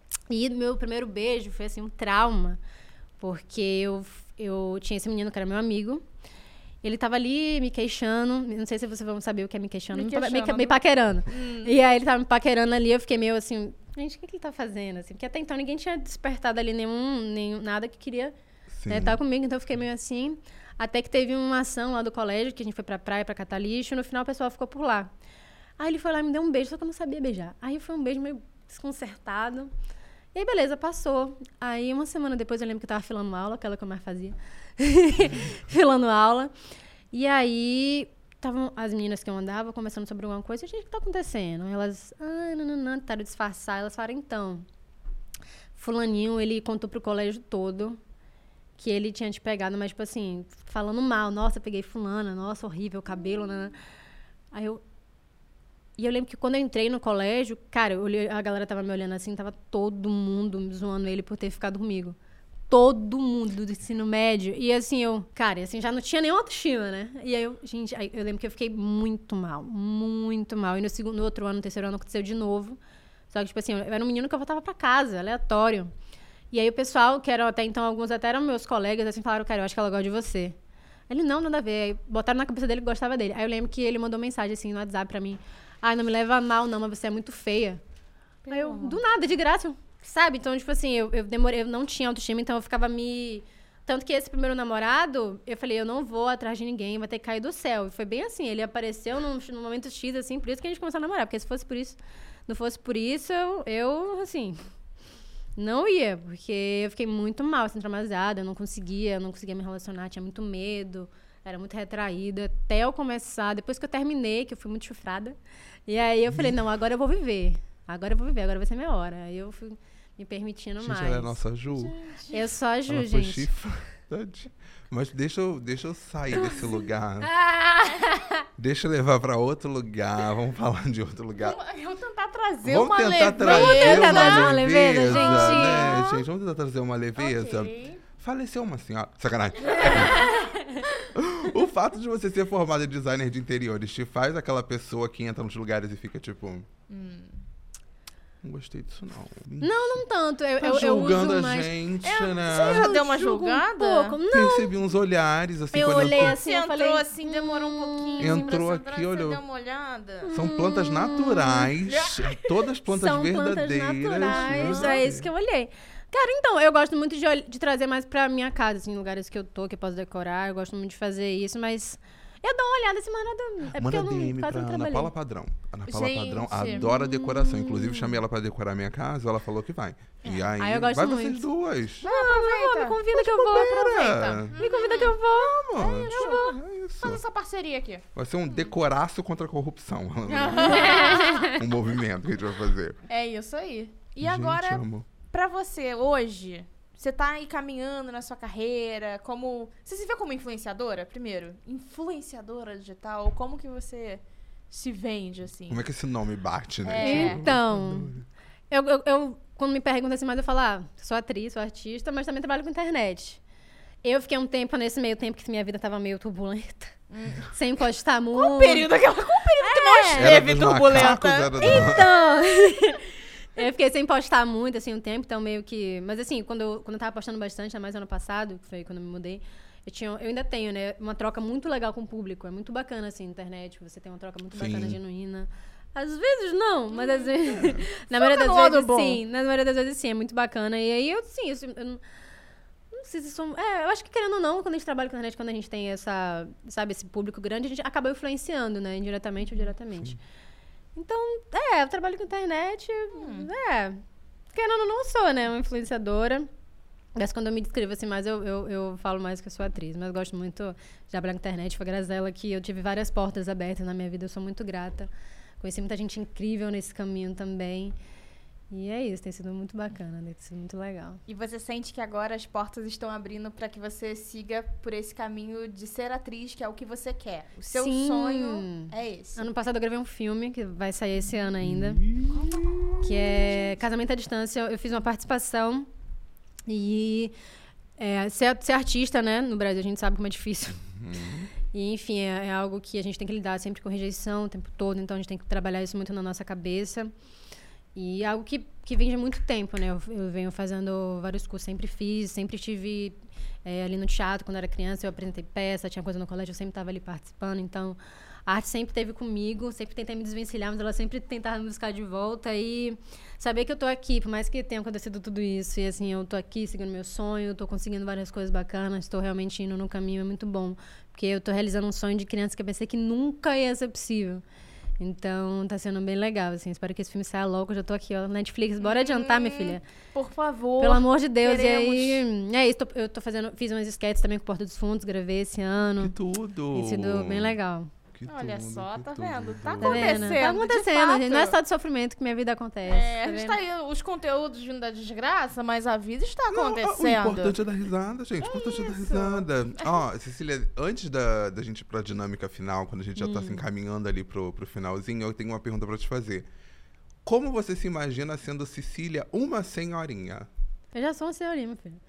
E meu primeiro beijo foi, assim, um trauma. Porque eu tinha esse menino que era meu amigo. Ele tava ali me queixando. Não sei se vocês vão saber o que é me queixando. Me paquerando. E aí ele tava me paquerando ali. Eu fiquei meio assim... Gente, o que ele tá fazendo? Assim, porque até então ninguém tinha despertado ali nada que queria estar comigo. Então eu fiquei meio assim. Até que teve uma ação lá do colégio, que a gente foi pra praia pra catar lixo. E no final o pessoal ficou por lá. Aí ele foi lá e me deu um beijo, só que eu não sabia beijar. Aí foi um beijo meio desconcertado. E aí, beleza, passou. Aí, uma semana depois, eu lembro que eu tava filando aula, aquela que eu mais fazia. Filando aula. E aí, estavam as meninas que eu andava conversando sobre alguma coisa. Gente, o que tá acontecendo? Elas, tentaram disfarçar. Elas falaram, então, fulaninho, ele contou pro colégio todo que ele tinha te pegado, mas, tipo assim, falando mal. Nossa, peguei fulana. Nossa, horrível, cabelo, né? Aí E eu lembro que quando eu entrei no colégio, cara, a galera tava me olhando assim, tava todo mundo zoando ele por ter ficado comigo. Todo mundo do ensino médio. E assim, cara, assim, já não tinha nenhuma autoestima, né? E aí eu lembro que eu fiquei muito mal, muito mal. E no outro ano, no terceiro ano, aconteceu de novo. Só que, tipo assim, eu era um menino que eu voltava pra casa, aleatório. E aí o pessoal, que eram até então, alguns até eram meus colegas, assim, falaram, cara, eu acho que ela gosta de você. Ele, não, nada a ver. Aí botaram na cabeça dele que gostava dele. Aí eu lembro que ele mandou mensagem, assim, no WhatsApp pra mim. Não me leva mal, não, mas você é muito feia. Aí eu, do nada, de graça, sabe? Então, tipo assim, eu não tinha autoestima, então eu ficava Tanto que esse primeiro namorado, eu falei, eu não vou atrás de ninguém, vai ter que cair do céu. E foi bem assim, ele apareceu num momento X, assim, por isso que a gente começou a namorar. Porque se fosse por isso, não fosse por isso, eu assim, não ia. Porque eu fiquei muito mal, assim, traumatizada, eu não conseguia me relacionar, tinha muito medo. Era muito retraída, até eu começar, depois que eu terminei, que eu fui muito chufrada. E aí eu falei, não, agora eu vou viver. Agora vai ser minha hora. Aí eu fui me permitindo mais. Ela é a nossa Ju. Gente. Eu sou a Ju, ela gente. Foi chifrada. Mas deixa eu sair desse lugar. Deixa eu levar pra outro lugar. Vamos falar de outro lugar. Eu vou tentar trazer uma leveza. Vamos tentar trazer uma leveza, gente. Né, gente? Vamos tentar trazer uma leveza. Okay. Faleceu uma senhora. Sacanagem. O fato de você ser formada em designer de interiores te faz aquela pessoa que entra nos lugares e fica tipo... Não gostei disso, não. Não tanto. Eu julgando uso a mais... gente, né? Você já deu uma julgada? Um pouco. Não. Percebi uns olhares, assim, eu olhei assim, eu falei... assim, demorou um pouquinho. Entrou aqui, olhou. Deu uma olhada. São plantas naturais, todas plantas verdadeiras. São plantas naturais, é isso que eu olhei. Cara, então, eu gosto muito de trazer mais pra minha casa, assim, lugares que eu tô, que eu posso decorar. Eu gosto muito de fazer isso, mas... Eu dou uma olhada assim, mas nada... É porque eu DM pra Ana Paula Padrão. Ana Paula Padrão adora decoração. Inclusive, chamei ela pra decorar minha casa, ela falou que vai. E aí, eu gosto vai muito. Vocês duas. Me convida que eu vou. Aproveita. Me convida que eu vou. Vamos. Eu vou. Faz essa parceria aqui. Vai ser um decoraço contra a corrupção. Um movimento que a gente vai fazer. É isso aí. E gente, agora, amo. Pra você, hoje... Você tá aí caminhando na sua carreira, como... Você se vê como influenciadora, primeiro? Influenciadora digital? Como que você se vende, assim? Como é que esse nome bate, né? Então, eu quando me perguntam assim, mas eu falo, sou atriz, sou artista, mas também trabalho com internet. Eu fiquei um tempo, nesse meio tempo, que minha vida tava meio turbulenta. Sem postar muito. Qual o período que mais teve turbulenta? Então... Eu fiquei sem postar muito, assim, um tempo, então meio que... Mas, assim, quando eu tava postando bastante, ainda mais ano passado, que foi quando eu me mudei, eu ainda tenho, né, uma troca muito legal com o público. É muito bacana, assim, na internet, você tem uma troca muito bacana, genuína. Às vezes, não, mas às vezes... Na maioria das vezes, sim. Na maioria das vezes, sim, é muito bacana. E aí, eu não sei se sou... eu acho que, querendo ou não, quando a gente trabalha com a internet, quando a gente tem esse público grande, a gente acaba influenciando, né, indiretamente ou diretamente. Sim. Então, eu trabalho com internet, querendo ou não sou, né, uma influenciadora. Mas quando eu me descrevo assim mais, eu falo mais que eu sou atriz. Mas gosto muito de trabalhar com internet, foi graças a ela que eu tive várias portas abertas na minha vida, eu sou muito grata. Conheci muita gente incrível nesse caminho também. E é isso, tem sido muito bacana, tem sido muito legal. E você sente que agora as portas estão abrindo para que você siga por esse caminho de ser atriz, que é o que você quer. O seu sonho é esse. Ano passado eu gravei um filme, que vai sair esse ano ainda, que é Casamento à Distância. Eu fiz uma participação e ser artista, né, no Brasil, a gente sabe como é difícil. E, enfim, é algo que a gente tem que lidar sempre com rejeição o tempo todo, então a gente tem que trabalhar isso muito na nossa cabeça. E algo que vem de muito tempo, né? Eu venho fazendo vários cursos, sempre estive ali no teatro. Quando eu era criança, eu apresentei peça, tinha coisa no colégio, eu sempre estava ali participando. Então, a arte sempre esteve comigo, sempre tentei me desvencilhar, mas ela sempre tentava me buscar de volta. E saber que eu tô aqui, por mais que tenha acontecido tudo isso, e assim, eu tô aqui seguindo meu sonho, tô conseguindo várias coisas bacanas, tô realmente indo no caminho, é muito bom. Porque eu tô realizando um sonho de criança que eu pensei que nunca ia ser possível. Então, tá sendo bem legal, assim. Espero que esse filme saia logo. Eu já tô aqui, ó, Netflix. Bora adiantar, minha filha. Por favor. Pelo amor de Deus. Queremos. E aí, é isso. Fiz umas sketches também com Porta dos Fundos, gravei esse ano. Que tudo! Tem sido bem legal. Olha só, tá vendo? Tá Tá vendo? acontecendo. Tá acontecendo, gente. Não é só de sofrimento que minha vida acontece. A gente tá aí, os conteúdos vindo da desgraça, mas a vida está acontecendo. O importante é dar risada, gente. O importante é dar risada. Ó, Cecília, antes da gente ir pra dinâmica final, quando a gente já tá se encaminhando ali pro finalzinho, eu tenho uma pergunta pra te fazer. Como você se imagina sendo Cecília uma senhorinha? Eu já sou uma senhorinha, meu filho.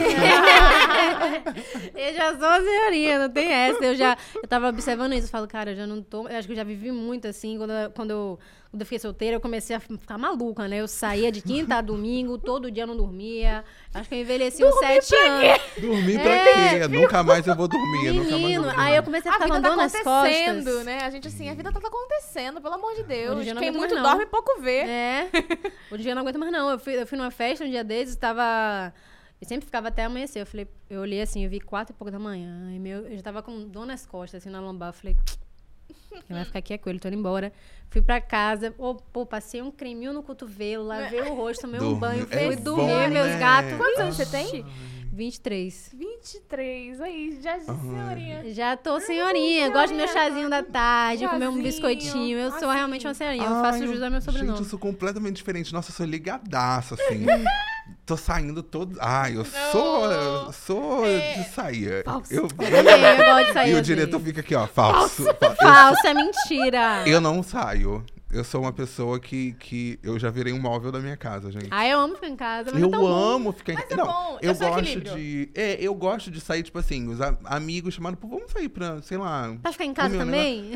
Eu já sou uma senhorinha, não tem essa. Eu tava observando isso, eu falo, cara, eu já não tô. Eu acho que eu já vivi muito assim. Quando eu fiquei solteira, eu comecei a ficar maluca, né? Eu saía de quinta a domingo, todo dia eu não dormia. Acho que eu envelheci uns 7 anos. Dormir pra quê? Nunca mais eu vou dormir. Menino, aí eu comecei a ficar com dor nas costas. Né? A gente assim, a vida tá acontecendo, pelo amor de Deus. Hoje eu não Quem aguento muito mais, não. dorme, pouco vê. Hoje eu não aguento mais, não. Eu fui numa festa um dia desses, eu sempre ficava até amanhecer. Eu olhei assim, eu vi 4 e pouco da manhã. Eu já tava com dor nas costas, assim, na lombar. Eu falei, quem vai ficar aqui é com ele, tô indo embora. Fui pra casa, passei um creminho no cotovelo, lavei o rosto, tomei um banho, fui dormir, meus gatos. Quantos anos você tem? 23. 23, aí, já é senhorinha. Já tô senhorinha, gosto do meu chazinho da tarde, comer um biscoitinho. Eu sou realmente uma senhorinha, eu faço jus ao meu sobrenome. Gente, eu sou completamente diferente. Nossa, eu sou ligadaça, assim. Tô saindo todo... eu sou de sair. Falso. Eu gosto de sair. E o assim. diretor fica aqui, ó, falso. Falso, é mentira. Eu não saio. Eu sou uma pessoa que eu já virei um móvel da minha casa, gente. Eu amo ficar em casa, mas eu é tão amo bom. ficar em casa. Mas é bom, eu esse é o gosto equilíbrio. eu gosto de sair, tipo assim, os amigos chamando, pô, vamos sair pra, sei lá. Pra ficar em casa comer um também?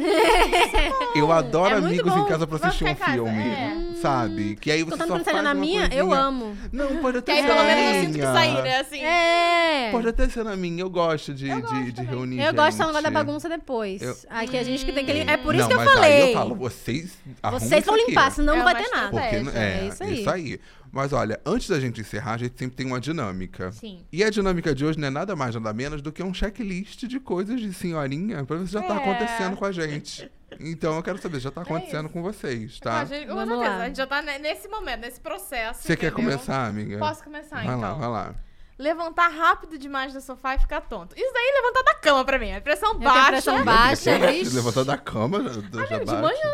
Eu adoro É muito amigos bom. em casa pra Vamos assistir um ficar em casa, filme, sabe? Que aí você Tô só tentando faz sair na uma minha, coisinha. eu amo. Não, pode até Que aí ser pelo na menos eu sinto que minha. sair, né? Assim. Pode até ser na minha, eu gosto de reunir Eu gente. gosto só da bagunça depois. Aqui a gente que tem que limpar. É por isso que eu mas falei. Aí eu falo, vocês Vocês vão limpar, senão não vai ter mais nada. Porque, É isso aí. Mas olha, antes da gente encerrar, a gente sempre tem uma dinâmica. Sim. E a dinâmica de hoje não é nada mais, nada menos do que um checklist de coisas de senhorinha pra ver se já tá acontecendo com a gente. Então eu quero saber se já tá acontecendo com vocês, tá? Com certeza, Vamos lá. a gente já tá nesse momento, nesse processo. Você quer entendeu? começar, amiga? Posso começar, vai então. Vai lá. Levantar rápido demais do sofá e ficar tonto. Isso daí é levantar da cama pra mim. É pressão Eu baixa. tenho pressão baixa, vixe. Levantou da cama, já De bate. manhã.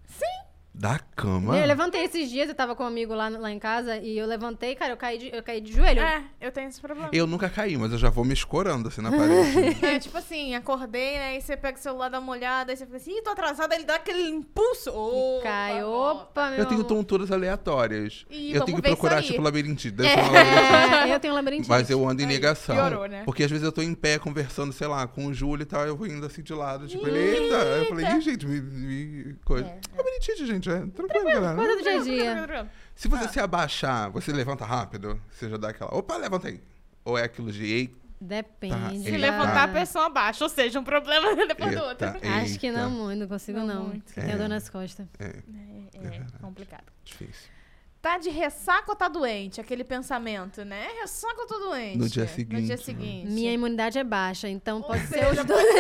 Da cama? Eu levantei esses dias, eu tava com um amigo lá em casa e eu levantei, cara, eu caí de joelho. Eu tenho esse problema. Eu nunca caí, mas eu já vou me escorando assim na parede. Tipo assim, acordei, né? E você pega o celular, dá uma olhada, aí você fica assim, tô atrasada, ele dá aquele impulso. Cai, opa, meu Eu tenho amor. tonturas aleatórias. Ih, eu vamos tenho que ver isso procurar, aí. tipo, labirintite. Deve ser uma labirintite. Eu tenho labirintite. Mas eu ando em Aí, negação. piorou, né? Porque às vezes eu tô em pé conversando, sei lá, com o Júlio e tal, eu vou indo assim de lado, tipo, ele, eita! Eu falei, ih, gente, coisa. Labirintite, gente, tranquilo, galera. Coisa do dia a dia. Se você se abaixar, você levanta rápido, você já dá aquela, opa, levanta aí. Ou é aquilo de, ei, Depende. Tá, Se Eita. levantar a pessoa abaixo, ou seja, um problema depois do outro. Acho que não muito, não consigo não. muito. Tenho dor nas costas. É complicado. Difícil. Tá de ressaca ou tá doente? Aquele pensamento, né? Ressaca ou tô doente? No dia seguinte, No dia né? seguinte. Minha imunidade é baixa, então pode Ou ser os seja, dois.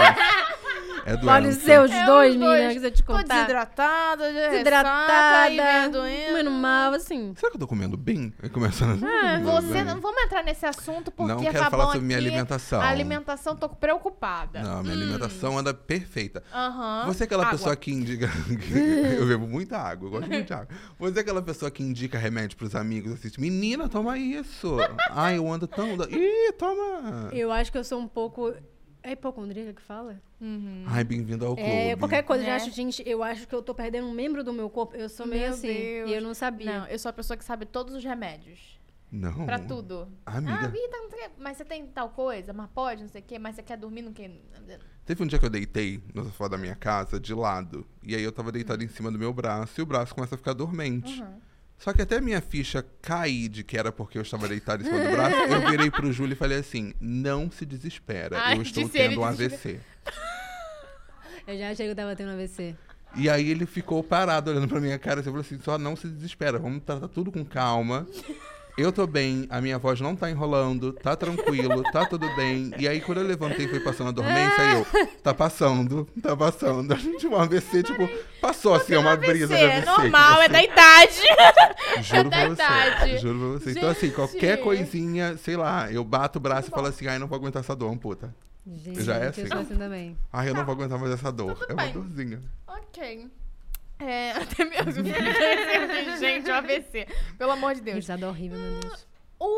É Pode doença. ser os É dois, os menina, dois. que se eu te Tô contar. desidratada, Desidratada, ressaca, doendo. comendo mal, assim. Será que eu tô comendo bem? Começando Você não vamos entrar nesse assunto porque Não quero tá falar bom sobre minha aqui. alimentação. A alimentação, tô preocupada. Não, minha alimentação anda perfeita. Aham. Você é aquela Água. pessoa que indica. Eu bebo muita água, eu gosto muito de água. Você é aquela pessoa que indica remédio pros amigos, assim, menina, toma isso. Ai, eu ando tão. Ih, toma! Eu acho que eu sou um pouco... É hipocondríaca que fala? Ai, bem-vindo ao clube. Qualquer coisa, eu Né? acho, gente, eu acho que eu tô perdendo um membro do meu corpo. Eu sou meio Meu assim. Deus. E eu não sabia. Não, eu sou a pessoa que sabe todos os remédios. Não. Pra tudo. Amiga. Vida, não Mas você tem tal coisa? Mas pode, não sei o quê. Mas você quer dormir no quê? Teve um dia que eu deitei no sofá da minha casa, de lado. E aí eu tava deitado em cima do meu braço e o braço começa a ficar dormente. Só que até minha ficha cair de que era porque eu estava deitado em cima do braço, eu virei pro Júlio e falei assim, não se desespera, eu estou tendo um AVC. Eu já achei que eu tava tendo um AVC. E aí ele ficou parado olhando pra minha cara e falou assim, só não se desespera, vamos tratar tudo com calma. Eu tô bem, a minha voz não tá enrolando, tá tranquilo, tá tudo bem. E aí quando eu levantei e fui passando a dormência, eu, tá passando. A gente, um AVC, tipo, passou assim, uma brisa de AVC. É normal, é da idade. Juro pra você. Juro pra você. Então assim, qualquer coisinha, sei lá, eu bato o braço e falo assim, ai, não vou aguentar essa dor, puta. Gente, já é assim. Eu sou assim também. Ai, eu não vou aguentar mais essa dor. Tudo é uma bem. dorzinha. Ok. Até mesmo. Gente, o AVC. Pelo amor de Deus. Risada horrível, meu Deus.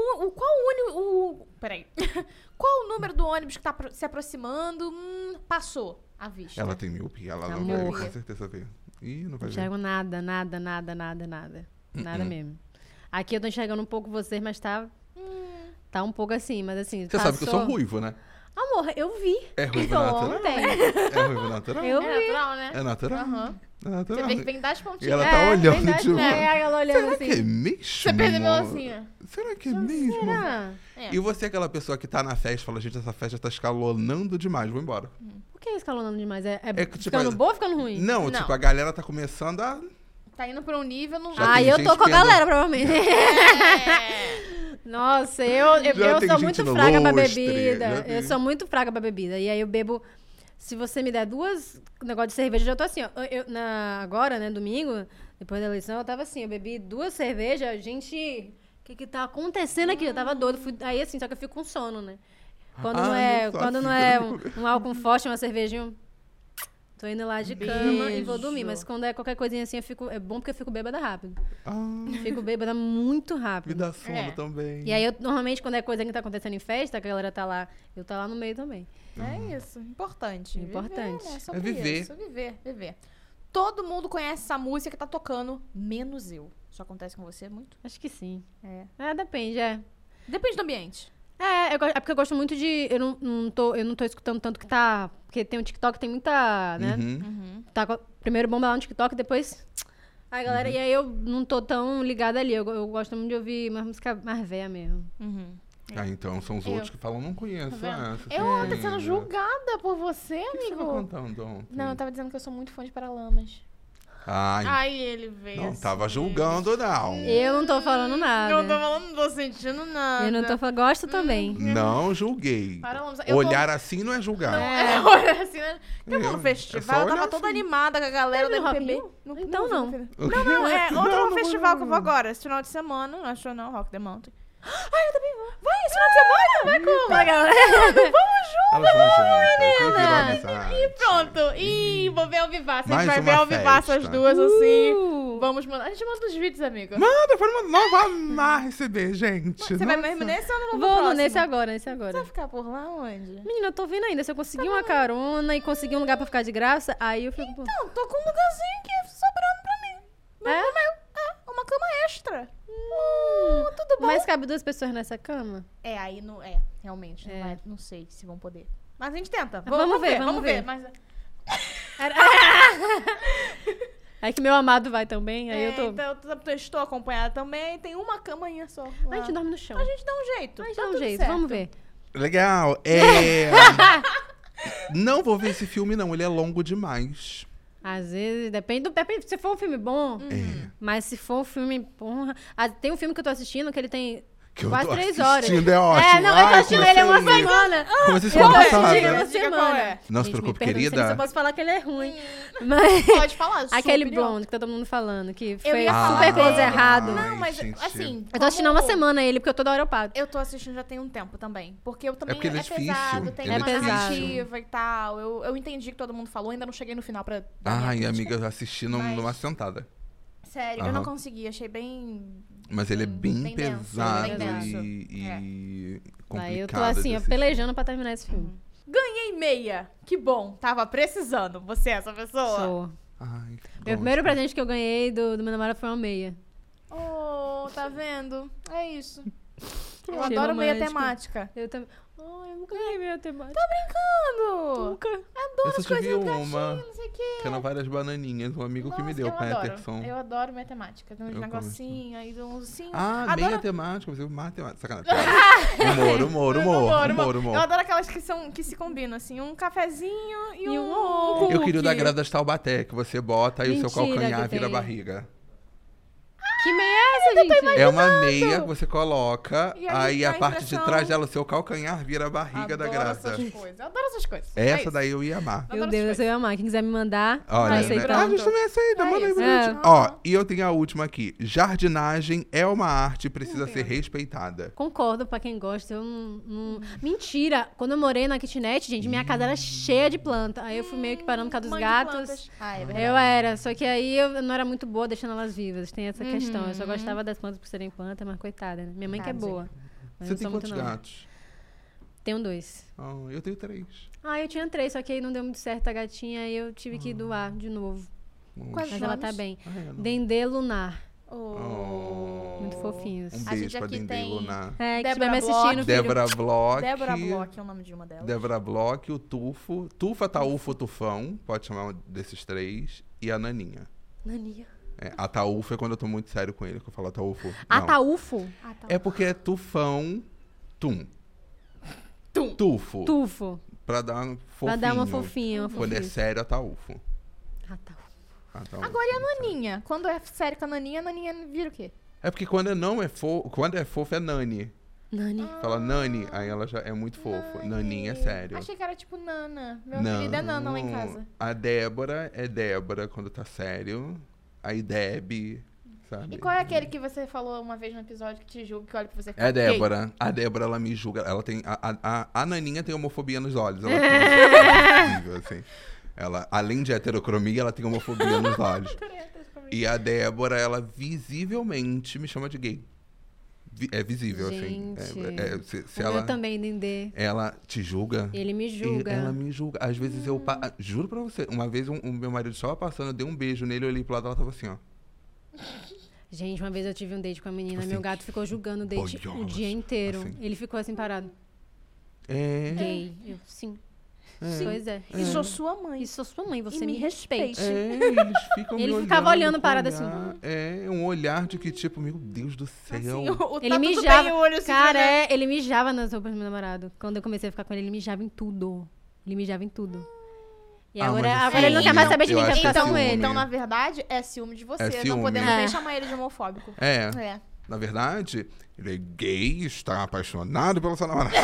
Peraí. Qual o número do ônibus que tá se aproximando? Passou a vista. Ela tem miopia, ela não vai com certeza ver. Ih, não vai ver. Enxergo nada. Nada mesmo. Aqui eu tô enxergando um pouco vocês, mas tá um pouco assim, mas assim... Você sabe que eu sou ruivo, né? Amor, eu vi. É ruivo natural? Ontem. É ruivo natural? Eu vi. É natural, né? É natural? Aham. É natural. Você vê que vem das pontinhas. E ela tá olhando, verdade, tipo... ela olhando Será assim. que é mesmo? Você percebeu assim, ó. Será que é mesmo? Será? E você é aquela pessoa que tá na festa e fala, gente, essa festa tá escalonando demais, vou embora. Por que escalonando demais? É que, ficando tipo, boa ou ficando ruim? Não, tipo, a galera tá começando a... Tá indo pra um nível... Não... Já tem eu gente tô com a que anda- galera, provavelmente. Nossa, eu tem sou gente muito no fraca pra lustre, bebida. já tem. Eu sou muito fraca pra bebida. E aí eu bebo... Se você me der 2 negócios de cerveja, eu já tô assim, ó. Agora, né, domingo, depois da eleição, eu tava assim, eu bebi 2 cervejas, gente... O que tá acontecendo aqui? Eu tava doido. Aí assim, só que eu fico com sono, né? Quando não é um álcool forte, uma cervejinha... Tô indo lá de cama e vou dormir. Mas quando é qualquer coisinha assim, é bom porque eu fico bêbada rápido. Fico bêbada muito rápido. Me dá sono também. E aí, normalmente, quando é coisa que tá acontecendo em festa, que a galera tá lá, eu tô lá no meio também. É isso, importante. Importante. Viver, né? Sobre É viver. Isso, viver. Todo mundo conhece essa música que tá tocando, menos eu. Isso acontece com você muito? Acho que sim. É. Depende, Depende do ambiente. É porque eu gosto muito de... Eu não tô escutando tanto que tá... Porque tem o TikTok, tem muita, né? Primeiro bomba lá no TikTok, depois... A galera... E aí eu não tô tão ligada ali. Eu gosto muito de ouvir uma música mais velha mesmo. Então são os outros que falam, não conheço essa. Eu tô sendo julgada por você, O que você amigo. tava contando ontem? Não, eu tava dizendo que eu sou muito fã de Paralamas. Ai, Ele veio não assim. tava julgando, não. Eu não tô falando nada. Não tô falando, não tô sentindo nada. Eu não tô falando... Gosto também. Não julguei. Paralamas. Olhar assim não é julgar. Olha assim, né? Eu vou no É festival, só eu tava olhar toda assim. animada com a galera Vai do no Rock MPB. in Rio? Então não. Não, é outro Não, festival que eu vou agora. Esse final de semana, não acho não, Rock the Mountain. Ai, eu também vou. Vai, esse final de semana? Vai com a galera. Vamos Elas vão juntas. E pronto. Ih, vou ver ao vivaço. A Mais gente vai uma ver ao vivaço as festa. duas, assim. Vamos mandar. A gente manda os vídeos, amiga. Manda, pode mandar. Não vai amar receber, gente. Você vai mesmo nesse ou não vou pro Vou próximo? nesse agora. Você vai ficar por lá onde? Menina, eu tô vendo ainda. Se eu conseguir uma carona e conseguir um lugar pra ficar de graça, aí eu fico... Não, tô com um lugarzinho aqui sobrando pra mim. Uma cama extra. Tudo bom. Mas cabe 2 pessoas nessa cama? Aí não realmente, não sei se vão poder. Mas a gente tenta. Vamos ver. Mas... Aí que meu amado vai também, aí eu tô... Então, eu estou acompanhada também. Tem uma caminha só. A gente dorme no chão. A gente dá um jeito. A gente tá dá um tudo jeito, certo. vamos ver. Legal. Não vou ver esse filme, não. Ele é longo demais. Às vezes, depende. Se for um filme bom, mas se for um filme... Porra, tem um filme que eu tô assistindo que ele tem... Que eu quase tô 3 horas. assistindo, é ótimo. Eu tô assistindo ele há uma semana. Comecei semana passada. Uma Diga semana. qual é. Não se Gente, preocupe, me pergunta se querida. eu posso falar que ele é ruim. Mas... Pode falar, sua Aquele opinião. blonde que tá todo mundo falando, que Eu foi ia super falar. close errado. Não, mas gente. assim... Eu tô assistindo há uma semana ele, porque toda hora eu pago. Eu tô assistindo já tem um tempo também. Porque eu também porque ele é difícil, pesado, tem ele é uma difícil. narrativa e tal. Eu entendi o que todo mundo falou, ainda não cheguei no final pra dar minha Ai, crítica. amiga, eu assisti numa sentada. Sério, eu não consegui, achei bem... Mas ele é bem denso, pesado bem denso. e complicado. Aí eu tô assim, de ó, assistir. pelejando pra terminar esse filme. Ganhei meia. Que bom, tava precisando. Você é essa pessoa? Sou. Ai, que Meu bom. primeiro presente que eu ganhei do meu namorado foi uma meia. Oh, tá vendo? É isso. Eu adoro meia temática. Eu também. Ai, eu nunca vi meia temática. Tá brincando? Nunca. Adoro Eu as só tive coisinhas uma, gatinhas, não sei o quê. que eram várias bananinhas, um amigo que me deu, eu Peterson. Eu adoro matemática. Tem uns Eu negocinhos, aí uns ursinhos. Ah, adoro... meia temática, mas eu matemática. Sacanagem. humor. Eu adoro aquelas que se combinam, assim. Um cafezinho e um Eu queria o da Grada das Taubaté, que você bota e o seu Mentira calcanhar que vira tem. barriga. Que meia é essa, gente? É uma meia que você coloca, E aí a a parte de impressão- trás dela, o seu calcanhar, vira a barriga da Adoro Grada. essas coisas. Eu adoro essas coisas. Essa isso. daí eu ia amar. Adoro Meu essas Deus, coisas. eu ia amar. Quem quiser me mandar, Olha, vai né? aceitar. A gente também aceita, manda aí isso. pra gente. Ó, e eu tenho a última aqui. Jardinagem é uma arte e precisa ser respeitada. Concordo pra quem gosta. Eu não... Mentira! Quando eu morei na kitnet, gente, minha casa era cheia de planta. Aí eu fui meio que parando por causa dos Mãe de gatos. plantas. Ah, é verdade. Eu era, só que aí eu não era muito boa deixando elas vivas. Tem essa questão. Eu só gostava das plantas por serem plantas, mas coitada, né? Minha mãe que é Tadinha. boa. Mas Você não tem sou quantos muito, não. gatos? Tenho 2. Oh, eu tenho 3. Ah, eu tinha 3, só que aí não deu muito certo a gatinha, aí eu tive que doar de novo. Quais Mas ela nomes? tá bem. não. Dendê Lunar. Oh. Muito fofinhos. Um A beijo gente pra aqui Dendê tem- Lunar. É, que Débora estiver me Bloch. assistindo, filho. Débora Bloch. Débora Bloch é o nome de uma delas. Débora Bloch, o Tufo. Tufa, Taúfo, Tufão. Pode chamar desses 3. E a Naninha. Naninha. É, a Taúfo é quando eu tô muito sério com ele, que eu falo Taúfo. Não. Ataúfo? Ah, tá. É porque é Tufão, Tum. Tufo. Tufo. Pra dar um fofinho. Pra dar uma fofinha, uma Quando é fofinha. sério, é Taúfo. Ataúfo. Agora e a Naninha? Quando é sério com a Naninha vira o quê? É porque quando não é fofo, quando é fofo é Nani. Nani. Fala Nani, aí ela já é muito fofa. Naninha é sério. Achei que era tipo Nana. Meu Não. apelido é Nana lá em casa. A Débora é Débora quando tá sério. Aí Deb, sabe? E qual é aquele que você falou uma vez no episódio que te julga, que olha pra você e É fala, a "Gay"? Débora. A Débora, ela me julga. Ela tem. A Naninha tem homofobia nos olhos. Ela tem horrível, assim. Ela, além de heterocromia, ela tem homofobia nos olhos. E a Débora, ela visivelmente me chama de gay. É visível, Gente. assim. Se O ela, meu também, Dendê. ela te julga. Ele me julga. Ela me julga. Às vezes eu. Juro pra você. Uma vez o meu marido estava passando, eu dei um beijo nele, eu olhei pro lado, ela tava assim, ó. Gente, uma vez eu tive um date com a menina, Assim, meu gato ficou julgando o date boiola, o dia inteiro. assim. Ele ficou assim parado. É. Gay. Eu, sim. Pois é. E sou sua mãe. E sou sua mãe, você E me me respeite. Eles ficam Ele me ficava olhando com parado olhar. assim. É, um olhar de que, tipo, meu Deus do céu. Assim, o Ele tá tudo mijava. bem, o olho assim, Cara, né? ele mijava nas roupas do meu namorado. Quando eu comecei a ficar com ele mijava em tudo. Ele mijava em tudo. E Ah, agora, mas agora ele não quer mais saber de eu mim, quer acho que ficar é só com ciúme. ele. Então, na verdade, é ciúme de você. É Não ciúme. podemos É. nem chamar ele de homofóbico. É. Na verdade, ele é gay, está apaixonado pela sua namorada.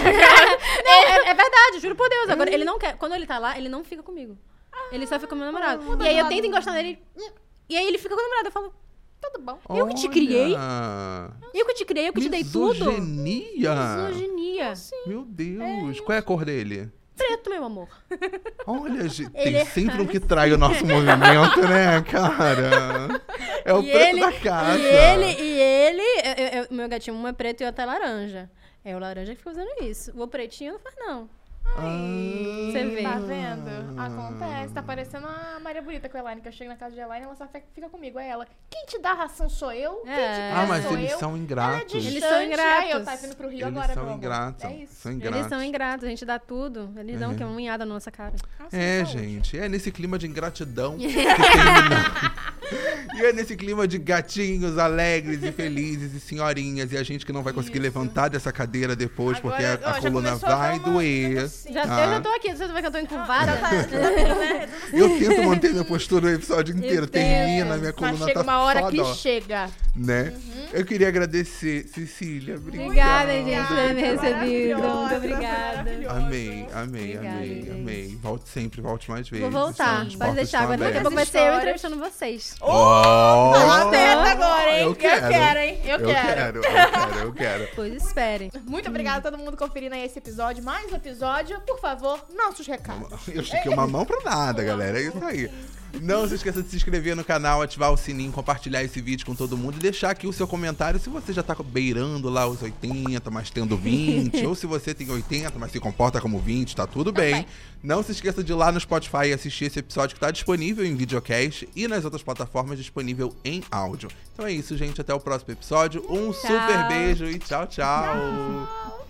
É verdade, juro por Deus. Agora, ele não quer. Quando ele tá lá, ele não fica comigo. Ele só fica com o meu namorado. E aí eu tento encostar nele. E aí ele fica com o namorado. Eu falo, Tudo bom. Eu que te criei? Olha! eu que te criei, eu que te dei tudo. Misoginia! Misoginia. Meu Deus. Qual é a cor dele? Preto, meu amor. Olha, Ele tem é sempre um que trai o nosso movimento, né, cara? É o E preto ele- da casa. Meu gatinho, um é preto e o outro é laranja. É o laranja que fica usando isso. O pretinho não faz, não. Você vê. Tá vendo? Acontece. Tá parecendo a Maria Bonita com a Elaine, que eu chego na casa de Elaine e ela só fica comigo. É ela. Quem te dá ração sou eu? Quem te É. dá Mas sou eles eu? são Ela é ingratos. distante. Eles são ingratos. Aí eu tá vindo pro Rio Eles agora, meu são amor. ingratos. É isso. São ingratos. Eles são ingratos, a gente dá tudo. Eles dão o quê? Uma unhada na nossa cara. Nossa, É, saúde. gente, é nesse clima de ingratidão que termina. E é nesse clima de gatinhos alegres e felizes e senhorinhas e a gente que não vai conseguir Isso. levantar dessa cadeira depois porque Agora, a ó, já coluna começou a vai dar uma- doer. assim. Eu já tô aqui, você vê que eu tô encurvada. Eu tento manter minha postura o episódio inteiro. Eu Termina, minha Mas coluna chega tá uma hora foda, que ó, chega. né? Eu queria agradecer, Cecília. Obrigada, gente, por ter me recebido. Maravilhosa, Muito obrigada. maravilhosa. Amei. Obrigada, gente. Amei. Volte sempre, volte mais vezes. Vou voltar, As pode portas deixar. estão Agora daqui a abertas. pouco vai ser eu Histórias. entrevistando vocês. Oh! Tá aberta agora, hein? Eu quero, hein? Eu quero. Pois esperem. Muito obrigada a todo mundo conferindo aí esse episódio. Mais um episódio. Por favor, nossos recados. Eu estiquei uma mão pra nada, galera. É isso aí. Não se esqueça de se inscrever no canal, ativar o sininho, compartilhar esse vídeo com todo mundo e deixar aqui o seu comentário comentário se você já tá beirando lá os 80, mas tendo 20. Ou se você tem 80, mas se comporta como 20, tá tudo bem. Não se esqueça de ir lá no Spotify e assistir esse episódio que tá disponível em videocast e nas outras plataformas disponível em áudio. Então é isso, gente. Até o próximo episódio. Um super beijo e tchau, tchau.